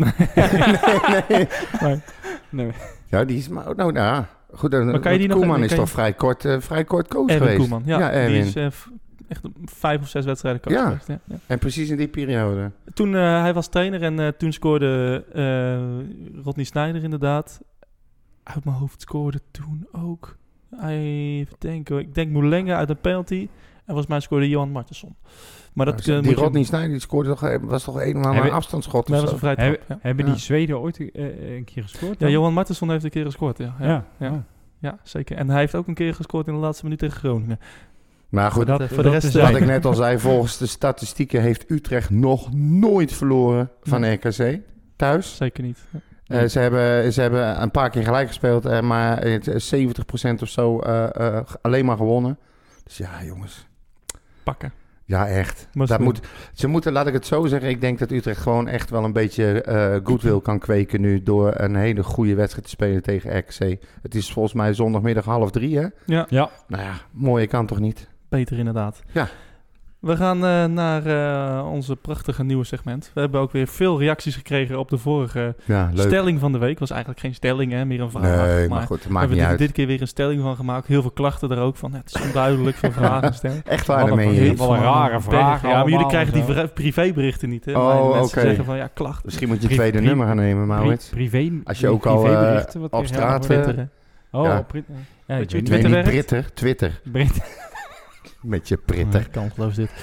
Nee. Nee. Ja, die is... Maar, nou, ja. Goed, Maar kan je die nog- Koeman kan is je- toch vrij kort coach Erwin geweest? Koeman, ja. Erwin. Die is echt 5 of 6 wedstrijden coach Ja. geweest. Ja, ja. En precies in die periode. Toen hij was trainer en toen scoorde Rodney Sneijder inderdaad. Uit mijn hoofd scoorde toen ook. Even denken. Ik denk Moulenga uit een penalty. En volgens mij scoorde Johan Martensson. Maar dat die moet je- Rodney Sneijder die scoorde toch, was toch een of andere Hebben- afstandsschot Nee, of dat was zo? een vrij trap. Ja. Hebben Ja. die Zweden ooit een keer gescoord? Ja, dan? Johan Martensson heeft een keer gescoord. Ja. Ja. Ja. Ja. Ja, zeker. En hij heeft ook een keer gescoord in de laatste minuut tegen Groningen. Maar goed, Voor de rest, wat ik net al zei, volgens de statistieken heeft Utrecht nog nooit verloren van Nee. RKC thuis. Zeker niet. Ja. Ze hebben een paar keer gelijk gespeeld, maar 70% of zo alleen maar gewonnen. Dus ja, jongens. Pakken. Ja, echt. Maar Dat ze- ze moeten, laat ik het zo zeggen, ik denk dat Utrecht gewoon echt wel een beetje goodwill kan kweken nu door een hele goede wedstrijd te spelen tegen RKC. Het is volgens mij zondagmiddag 2:30, hè? Ja, Ja. Nou ja, mooie kan toch niet? beter inderdaad. Ja. We gaan naar onze prachtige nieuwe segment. We hebben ook weer veel reacties gekregen op de vorige Ja, leuk. stelling van de week. Was eigenlijk geen stelling, hè, meer een vraag. Nee, maar goed, het we maakt hebben niet uit. dit keer weer een stelling van gemaakt. Heel veel klachten er ook van. Ja, het is onduidelijk van vragen stellen. Echt waar, Wat daar een meen je niet. Wel een rare vraag. Ja, maar jullie allemaal krijgen die en zo. privéberichten niet. Hè? Oh, Maar mensen oké. zeggen van ja, klachten. Misschien moet je Pri- tweede pri- nummer gaan nemen, Maurits. Privé. Als je ook al privéberichten, wat op krijg jij straat... daarvoor? Twitter, hè? Oh, ja. op ja, ik je weet Twitter nee, niet. niet werkt? Twitter. Brit. Met je pritter. Kansloos dit.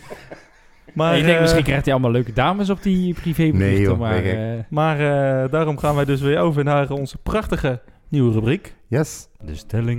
Maar, Ik denk, misschien krijgt hij allemaal leuke dames op die privéberichten. Nee, joh, maar weet ik. Maar daarom gaan wij dus weer over naar onze prachtige Nieuwe rubriek. Yes. De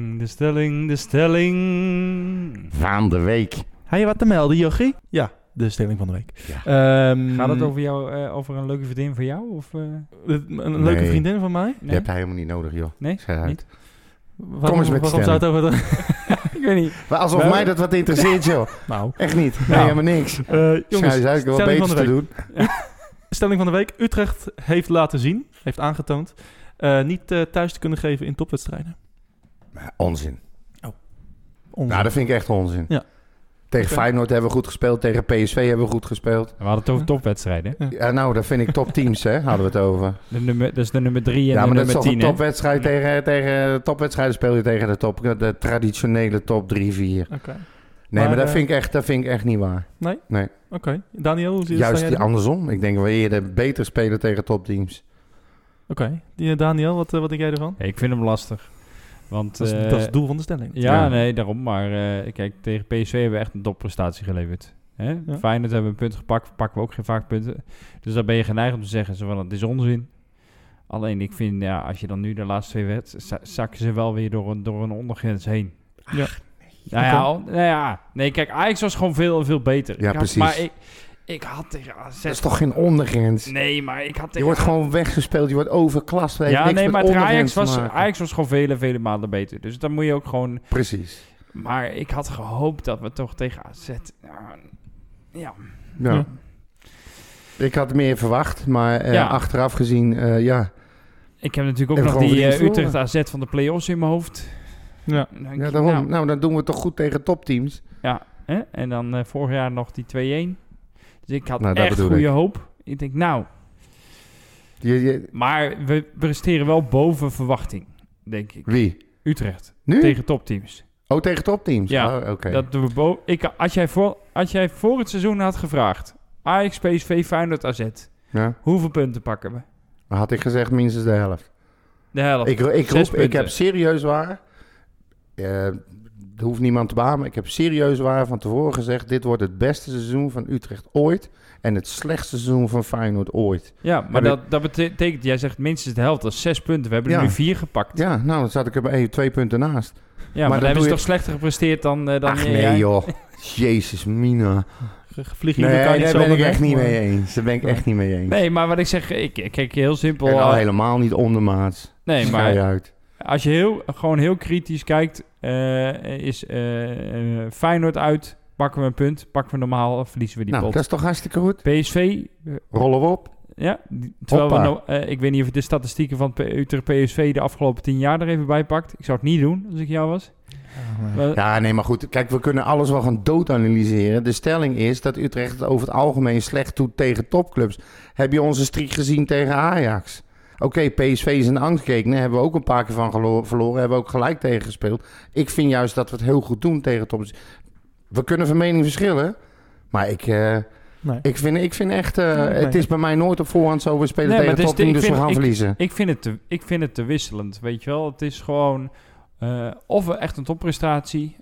stelling. Van de week. Heb je wat te melden, Jochie? Ja, de stelling van de week. Ja. Gaat het over jou, over een leuke vriendin van jou? Of, Een leuke vriendin van mij? Je hebt hij helemaal niet nodig, joh. Nee, Schrijf uit. niet? Kom eens met de waarom zou het over Ik weet niet. Maar alsof mij dat wat interesseert, joh. Nou, Echt niet. Nee, helemaal niks. jongens, Schijnt eigenlijk wel stelling beter van te de doen. stelling van de week. Utrecht heeft laten zien, heeft aangetoond, niet thuis te kunnen geven in topwedstrijden. Onzin. Onzin. Nou, dat vind ik echt onzin. Ja. Tegen Oké. Feyenoord hebben we goed gespeeld. Tegen PSV hebben we goed gespeeld. We hadden het over topwedstrijden. Ja, nou, dat vind ik topteams, hè. Hadden we het over. Dus de nummer 3 en Ja, de maar dat is nummer toch 10. een topwedstrijd tegen topwedstrijden speel je tegen de traditionele top 3-4. Nee, Oké. maar dat vind ik echt niet waar. Oké. Daniel, hoe zie je Juist sta die jij andersom. Ik denk dat we eerder beter spelen tegen topteams. Oké. Daniel, wat denk jij ervan? Ik vind hem lastig. Want, Dat is het doel van de stelling. Ja, nee, daarom. Maar kijk, tegen PSV hebben we echt een topprestatie geleverd. Hè? Ja. Feyenoord hebben we een punt gepakt, pakken we ook geen vaak punten. Dus dan ben je geneigd om te zeggen, zo van, het is onzin. Alleen ik vind, ja, als je dan nu de laatste 2 zakken ze wel weer door een ondergrens heen. Ja. Nee, kijk, Ajax was gewoon veel beter. Ja, precies. Maar ik had tegen AZ... Dat is toch geen ondergrens? Nee, maar ik had tegen... Je wordt gewoon weggespeeld, je wordt overklast. Dat heeft Ja, niks nee, met maar tegen ondergrens te maken. Ajax was gewoon vele malen beter. Dus dan moet je ook gewoon... Precies. Maar ik had gehoopt dat we toch tegen AZ... Ja. Ja. Ik had meer verwacht, maar Ja. achteraf gezien, ja. Ik heb natuurlijk ook En nog gewoon die verdiend Utrecht AZ van de play-offs in mijn hoofd. Ja. Dan denk Ja, ik, daarom. Nou, dan doen we het toch goed tegen topteams. hè? En dan vorig jaar nog die 2-1. Dus ik had Nou, dat echt bedoel goede ik. hoop. Ik denk, nou... Je, Maar we presteren wel boven verwachting, denk ik. wie? Utrecht. Nu? Tegen topteams. Oh, tegen topteams? Ja, Oh, oké. Dat doen we als jij voor het seizoen had gevraagd... Ajax, PSV, Feyenoord, AZ... Ja. Hoeveel punten pakken we? Maar had ik gezegd minstens de helft. De helft. Ik 6 roep, ik punten. heb serieus waar... er hoeft niemand te beamen. Ik heb serieus waar van tevoren gezegd... dit wordt het beste seizoen van Utrecht ooit... en het slechtste seizoen van Feyenoord ooit. Ja, maar Heb dat betekent... Jij zegt minstens de helft, dat is 6 punten. We hebben Ja. er nu 4 gepakt. Ja, nou, dan zat ik er even 2 punten naast. Ja, maar dan dan hebben doe ze je toch slechter gepresteerd dan Ach jij? nee, joh. Jezus, Mina. Vliegen jullie elkaar Nee, niet daar zo ben ik weg, echt niet maar- mee eens. Daar ben ik echt niet mee eens. Nee, maar wat ik zeg... Kijk, heel simpel... En al helemaal niet ondermaats. nee, Schei maar uit. als je gewoon heel kritisch kijkt... is Feyenoord uit... Pakken we een punt. Pakken we normaal, verliezen we die Nou, pot. dat is toch hartstikke goed? PSV... Rollen we op. Ja, terwijl we Hoppa. ik weet niet of je de statistieken van Utrecht PSV de afgelopen 10 jaar er even bij pakt. Ik zou het niet doen als ik jou was. Ja, nee, maar goed. Kijk, we kunnen alles wel gaan doodanalyseren. De stelling is dat Utrecht het over het algemeen slecht doet tegen topclubs. Heb je onze streak gezien tegen Ajax? Oké, PSV is een angstgeken. Daar hebben we ook een paar keer van verloren. Hebben we ook gelijk tegen gespeeld. Ik vind juist dat we het heel goed doen tegen topclubs. We kunnen van mening verschillen. Maar Nee. ik vind echt... Nee. Het is bij mij nooit op voorhand zo. We spelen Nee, tegen maar het is- topteam, ik dus we vind- gaan verliezen. Ik vind het te wisselend, weet je wel. Het is gewoon... of we echt een topprestatie...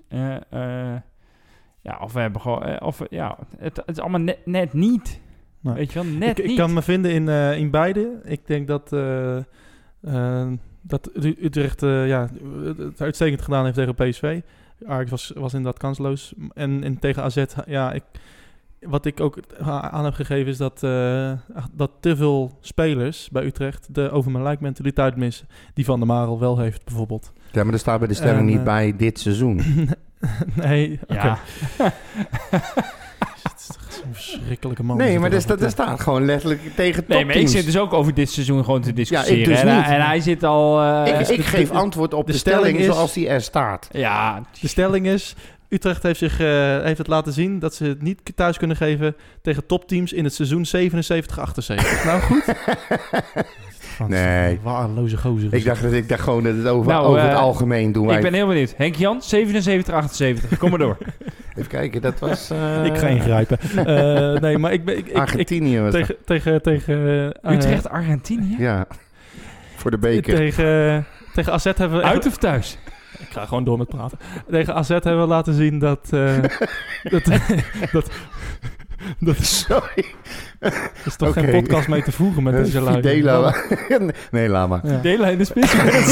of we hebben gewoon... het is allemaal net niet. Nee. Weet je wel, net Ik niet. kan me vinden in beide. Ik denk dat Utrecht het uitstekend gedaan heeft tegen PSV. Ajax was inderdaad kansloos. En tegen AZ, wat ik ook aan heb gegeven is dat te veel spelers bij Utrecht de over mijn lijk mentaliteit missen. Die Van der Marel wel heeft bijvoorbeeld. Ja, maar er staat bij de stelling En, niet bij dit seizoen. Nee, oké. Ja. Het is toch zo'n verschrikkelijke man. Nee, maar dat er staat gewoon letterlijk tegen Nee, topteams. maar ik zit dus ook over dit seizoen gewoon te discussiëren. ik dus en, niet. en hij zit al... Ik geef antwoord op de de stelling stelling is- zoals die er staat. Ja, De stelling is, Utrecht heeft het laten zien dat ze het niet thuis kunnen geven tegen topteams in het seizoen 77-78. Nou goed. Nee. Waardeloze gozer. Ik dacht gewoon dat het over Nou, het algemeen doen wij. ik ben heel benieuwd. Henk Jan, 77-78. Kom maar door. Even kijken, dat was... Ik ga ingrijpen. Nee, maar ik Argentinië was dat. tegen Utrecht-Argentinië? Ja, voor de beker. Tegen AZ hebben we... Uit of thuis? Ik ga gewoon door met praten. Tegen AZ hebben we laten zien dat Dat is, Sorry. is toch geen podcast mee te voegen met deze lui. Fidela. Nee, laat maar. Ja. Dela in de spits.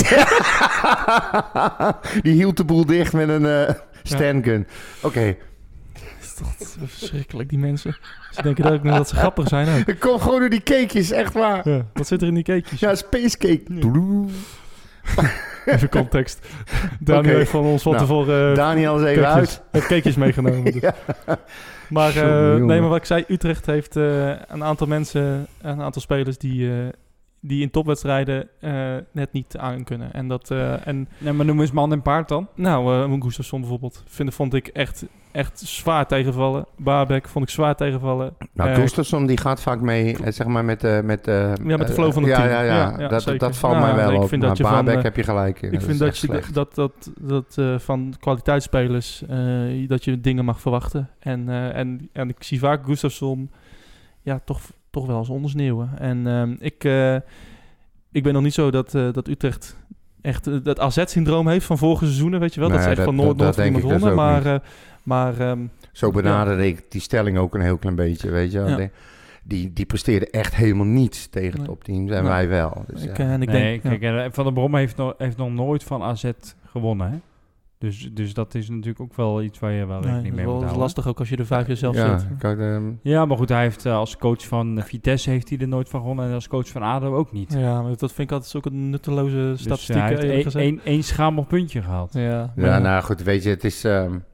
Die hield de boel dicht met een standgun. Oké. Dat is toch verschrikkelijk, die mensen. Ze denken dat ook nog dat ze grappig zijn ook. Ik kom gewoon door die cakejes, echt waar. Ja. Wat zit er in die cakejes? Ja, spacecake. Ja. Even context. Daniel Oké. heeft van ons van tevoren Daniel is even uit. cakejes meegenomen. Dus. Ja. Maar, Jongen. nee, maar wat ik zei, Utrecht heeft een aantal mensen, een aantal spelers die in topwedstrijden net niet aan kunnen. En dat, Nee, maar noem eens man en paard dan. nou, Gustafsson bijvoorbeeld, vond ik echt zwaar tegenvallen. Baarbek vond ik zwaar tegenvallen. Nou, Gustafsson die gaat vaak mee, zeg maar, met de flow van het team. Ja, zeker. dat valt Nou, mij wel nee, ik op. vind Maar dat je Baarbek van, heb je gelijk in. Ik vind dat van kwaliteitsspelers dat je dingen mag verwachten. En ik zie vaak Gustafsson toch wel eens ondersneeuwen. En ik ben nog niet zo dat Utrecht echt dat AZ-syndroom heeft van vorige seizoenen, weet je wel. Nee, dat is echt van nooit dat voor iemand denk ik dus wonnen. ook Maar zo benaderde ik die stelling ook een heel klein beetje, weet je wel. Ja. Die presteerde echt helemaal niets tegen topteams en wij wel. Dus, ik ja. denk... Kijk, Van der Brom heeft nog nooit van AZ gewonnen, hè? Dus dat is natuurlijk ook wel iets waar je wel rekening mee moet Dat is houden. lastig ook als je er 5 jaar zelf Ja, zit. kijk, Ja, maar goed, hij heeft als coach van Vitesse heeft hij er nooit van gewonnen en als coach van ADO ook niet. Ja, maar dat vind ik altijd ook een nutteloze statistiek. Dus hij eerlijk heeft gezegd. één schamel puntje gehaald. Ja, ja, nou goed, weet je, het is...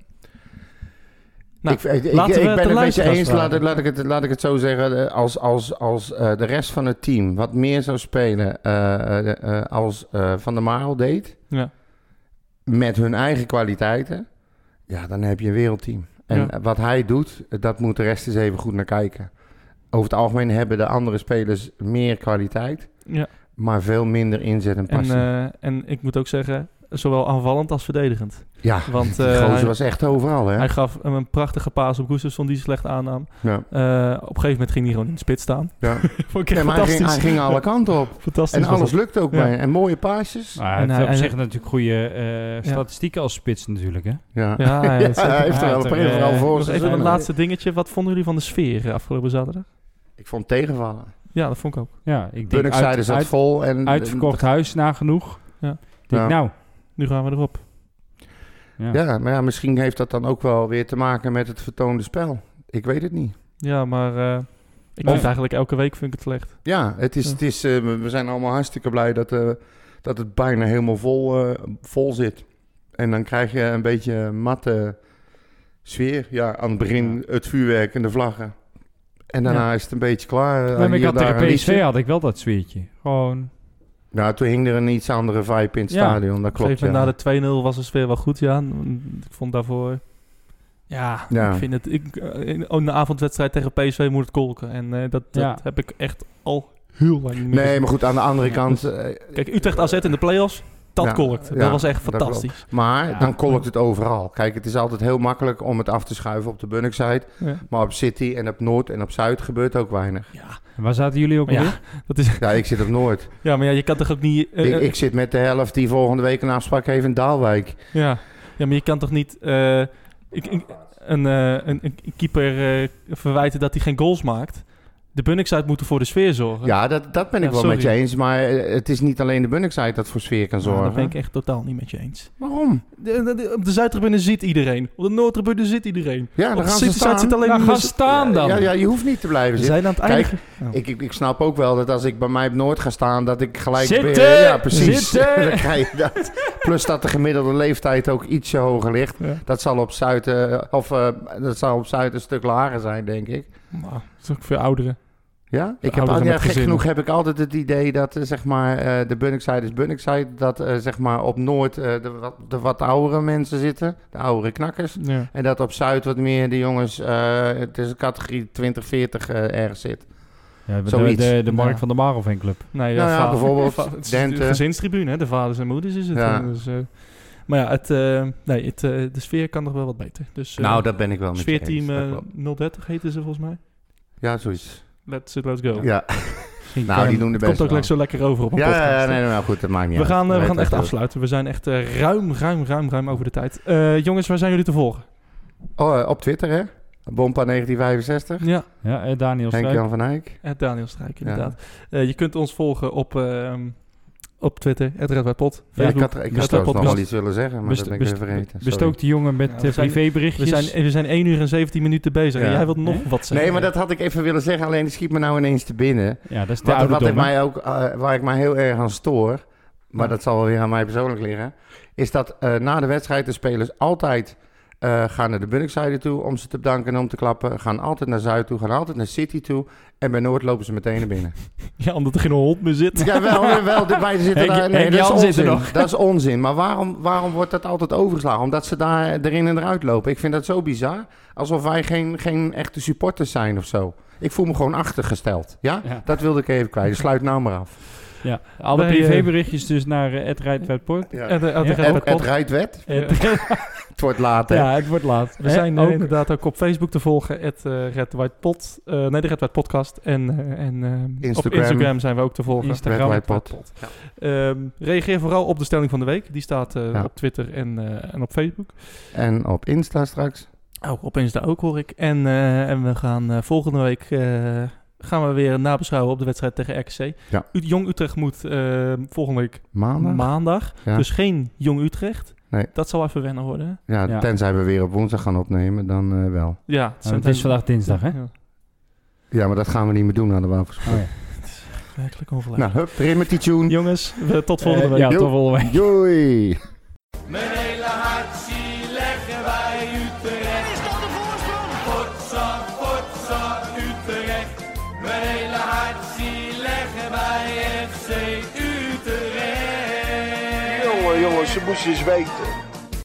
Nou, ik laten we ben het een beetje luisteraars eens, vragen. laat ik het zo zeggen, als de rest van het team wat meer zou spelen als Van der Marel deed, Ja. met hun eigen kwaliteiten, ja, dan heb je een wereldteam. En wat hij doet, dat moet de rest eens even goed naar kijken. Over het algemeen hebben de andere spelers meer kwaliteit, maar veel minder inzet en passie. En ik moet ook zeggen, zowel aanvallend als verdedigend. Ja, Want, die gozer was echt overal, hè? Hij gaf hem een prachtige paas op Gustafsson die ze slecht aannam. Ja. Op een gegeven moment ging hij gewoon in de spits staan. Ja. Vond ik echt Maar fantastisch. hij ging alle kanten op. Fantastisch. En was alles het. lukt ook bij. En mooie paasjes. Nou, hij heeft En op hij- zich natuurlijk goede statistieken als spits natuurlijk, hè? Ja, Ja, hij heeft hij heeft er wel Ja, op een vooral voor. Nog even een laatste dingetje. Wat vonden jullie van de sfeer afgelopen zaterdag? Ik vond het tegenvallen. Ja, dat vond ik ook. Ja, ik denk Bunnikzijde zat vol. En uitverkocht huis nagenoeg. Ja. Ik denk, nou, Nu gaan we erop. Ja, maar ja, misschien heeft dat dan ook wel weer te maken met het vertoonde spel. Ik weet het niet. Ja, maar ik vind eigenlijk elke week vind ik het slecht. Ja, het is, we zijn allemaal hartstikke blij dat het bijna helemaal vol zit. En dan krijg je een beetje matte sfeer. Ja, aan het begin het vuurwerk en de vlaggen. En daarna is het een beetje klaar. maar ik Hier had en daar tegen een PSV liedje. had ik wel dat sfeertje. Gewoon... Nou, toen hing er een iets andere vibe in het stadion. Dat klopt, Even na de 2-0 was de sfeer wel goed, ja. Ik vond daarvoor... Ja, Ja. ik vind het... in een avondwedstrijd tegen PSV moet het kolken. En dat heb ik echt al heel lang niet meer Nee, gezien. maar goed, aan de andere kant... Kijk, Utrecht AZ in de play-offs, dat kolkt. Dat was echt dat fantastisch. klopt. Maar dan kolkt het overal. Kijk, het is altijd heel makkelijk om het af te schuiven op de Bunnik-side. Ja. Maar op City en op Noord en op Zuid gebeurt ook weinig. Ja. Waar zaten jullie ook Maar alweer? dat is... Ja, ik zit op Noord. Ja, maar ja, je kan toch ook niet... Ik zit met de helft die volgende week een afspraak heeft in Daalwijk. Ja, maar je kan toch niet een keeper verwijten dat hij geen goals maakt. De Bunnik-side moeten voor de sfeer zorgen. Ja, dat ben ik wel met je eens. Maar het is niet alleen de Bunnik-side dat voor sfeer kan zorgen. Dat ben ik echt totaal niet met je eens. Waarom? Op de Zuidtribune zit iedereen. Op de Noordtribune zit iedereen. Ja, dan op de gaan ze City-side staan. zit alleen Nou, maar... gaan staan dan. Ja, je hoeft niet te blijven We zitten. zijn aan het eindigen. Ik snap ook wel dat als ik bij mij op Noord ga staan, dat ik gelijk... Zitten! Ja, precies. Zitten! Dan krijg je dat. Plus dat de gemiddelde leeftijd ook ietsje hoger ligt. Ja. Dat zal op Zuid, dat zal op Zuid een stuk lager zijn, denk ik. Nou, dat is ook voor ouderen. Ja? Ouderen met Gek gezinnen. genoeg heb ik altijd het idee dat zeg maar, de Bunnik-side is Bunnik-side. Dat zeg maar, op Noord de wat oudere mensen zitten. De oudere knakkers. Ja. En dat op Zuid wat meer de jongens, het is een categorie 20-40 ergens zit. Ja, Zoiets. de Mark Ja. van der Marel fanclub. Nee, Nou ja, bijvoorbeeld het is Dente. de gezinstribune, hè? De vaders en moeders is het. Ja. Dus, maar ja, de sfeer kan nog wel wat beter. Dus, Nou, dat ben ik wel met je eens. sfeerteam Dat klopt. 030 heten ze volgens mij. Ja, zoiets. Let's go. Ja. Nou, die doen de Het komt best ook wel. zo lekker over op een Ja, podcast. nee, nou goed, dat maakt niet We uit. gaan Weet echt dat. afsluiten. We zijn echt ruim over de tijd. Jongens, waar zijn jullie te volgen? Oh, op Twitter, hè? Bompa 1965. Ja, Ja, Daniel Struik. Henk-Jan van Eyck. Daniel Struik inderdaad. Je kunt ons volgen op Twitter, @redwhitepod. Ja, ik had trouwens nog wel Podcast. iets willen zeggen, maar dat ben ik weer vergeten. Sorry. Bestookte jongen met we zijn- privéberichtjes. We zijn 1 uur en 17 minuten bezig en Ja. jij wilt nog wat zeggen. Nee, maar dat had ik even willen zeggen, alleen die schiet me nou ineens te binnen. Ja, dat is de Wat ouderdom, ik hè? mij ook, waar ik mij heel erg aan stoor, maar Ja. dat zal wel weer aan mij persoonlijk liggen, is dat na de wedstrijd de spelers altijd gaan naar de Bunnikzijde toe om ze te bedanken en om te klappen. Gaan altijd naar Zuid toe, gaan altijd naar City toe. En bij Noord lopen ze meteen naar binnen. Ja, omdat er geen hond meer zit. Ja, wel, wij zitten Henk- daar. Nee, Henk dat is Jan zit er onzin. nog. Dat is onzin. Maar waarom wordt dat altijd overgeslagen? Omdat ze daar erin en eruit lopen. Ik vind dat zo bizar. Alsof wij geen echte supporters zijn of zo. Ik voel me gewoon achtergesteld. Ja? Ja. Dat wilde ik even kwijt. Dus sluit nou maar af. Ja, alle Wij, privéberichtjes dus naar @rijtwetpod. Ja. Het Het rijdt. Het wordt laat, hè? Ja, het wordt laat. We zijn ook inderdaad ook op Facebook te volgen, de Red White Podcast. En op Instagram zijn we ook te volgen. Instagram. Red White Pod. Reageer vooral op de stelling van de week. Die staat Ja. op Twitter en op Facebook. En op Insta straks. Oh, opeens daar ook hoor ik. En we gaan volgende week gaan we weer nabeschouwen op de wedstrijd tegen RKC. Ja. Jong Utrecht moet volgende week Maandag. maandag. Ja. Dus geen Jong Utrecht. Nee. Dat zal even wennen worden. Hè? Ja, Ja. tenzij we weer op woensdag gaan opnemen, dan wel. Ja, Het is vandaag dinsdag, hè? Ja, Ja, maar dat gaan we niet meer doen, hadden we afgesproken. Oh, ja. werkelijk ongelijk. Nou, hup, erin met die tune. Jongens, tot volgende week. Ja, Jo. tot volgende week. Doei! Mijn hele hart leggen wij Utrecht. Is dat de voorsprong? Potsa, Utrecht. Mijn hele hart leggen wij FC Utrecht. Jongen, ze moesten eens weten.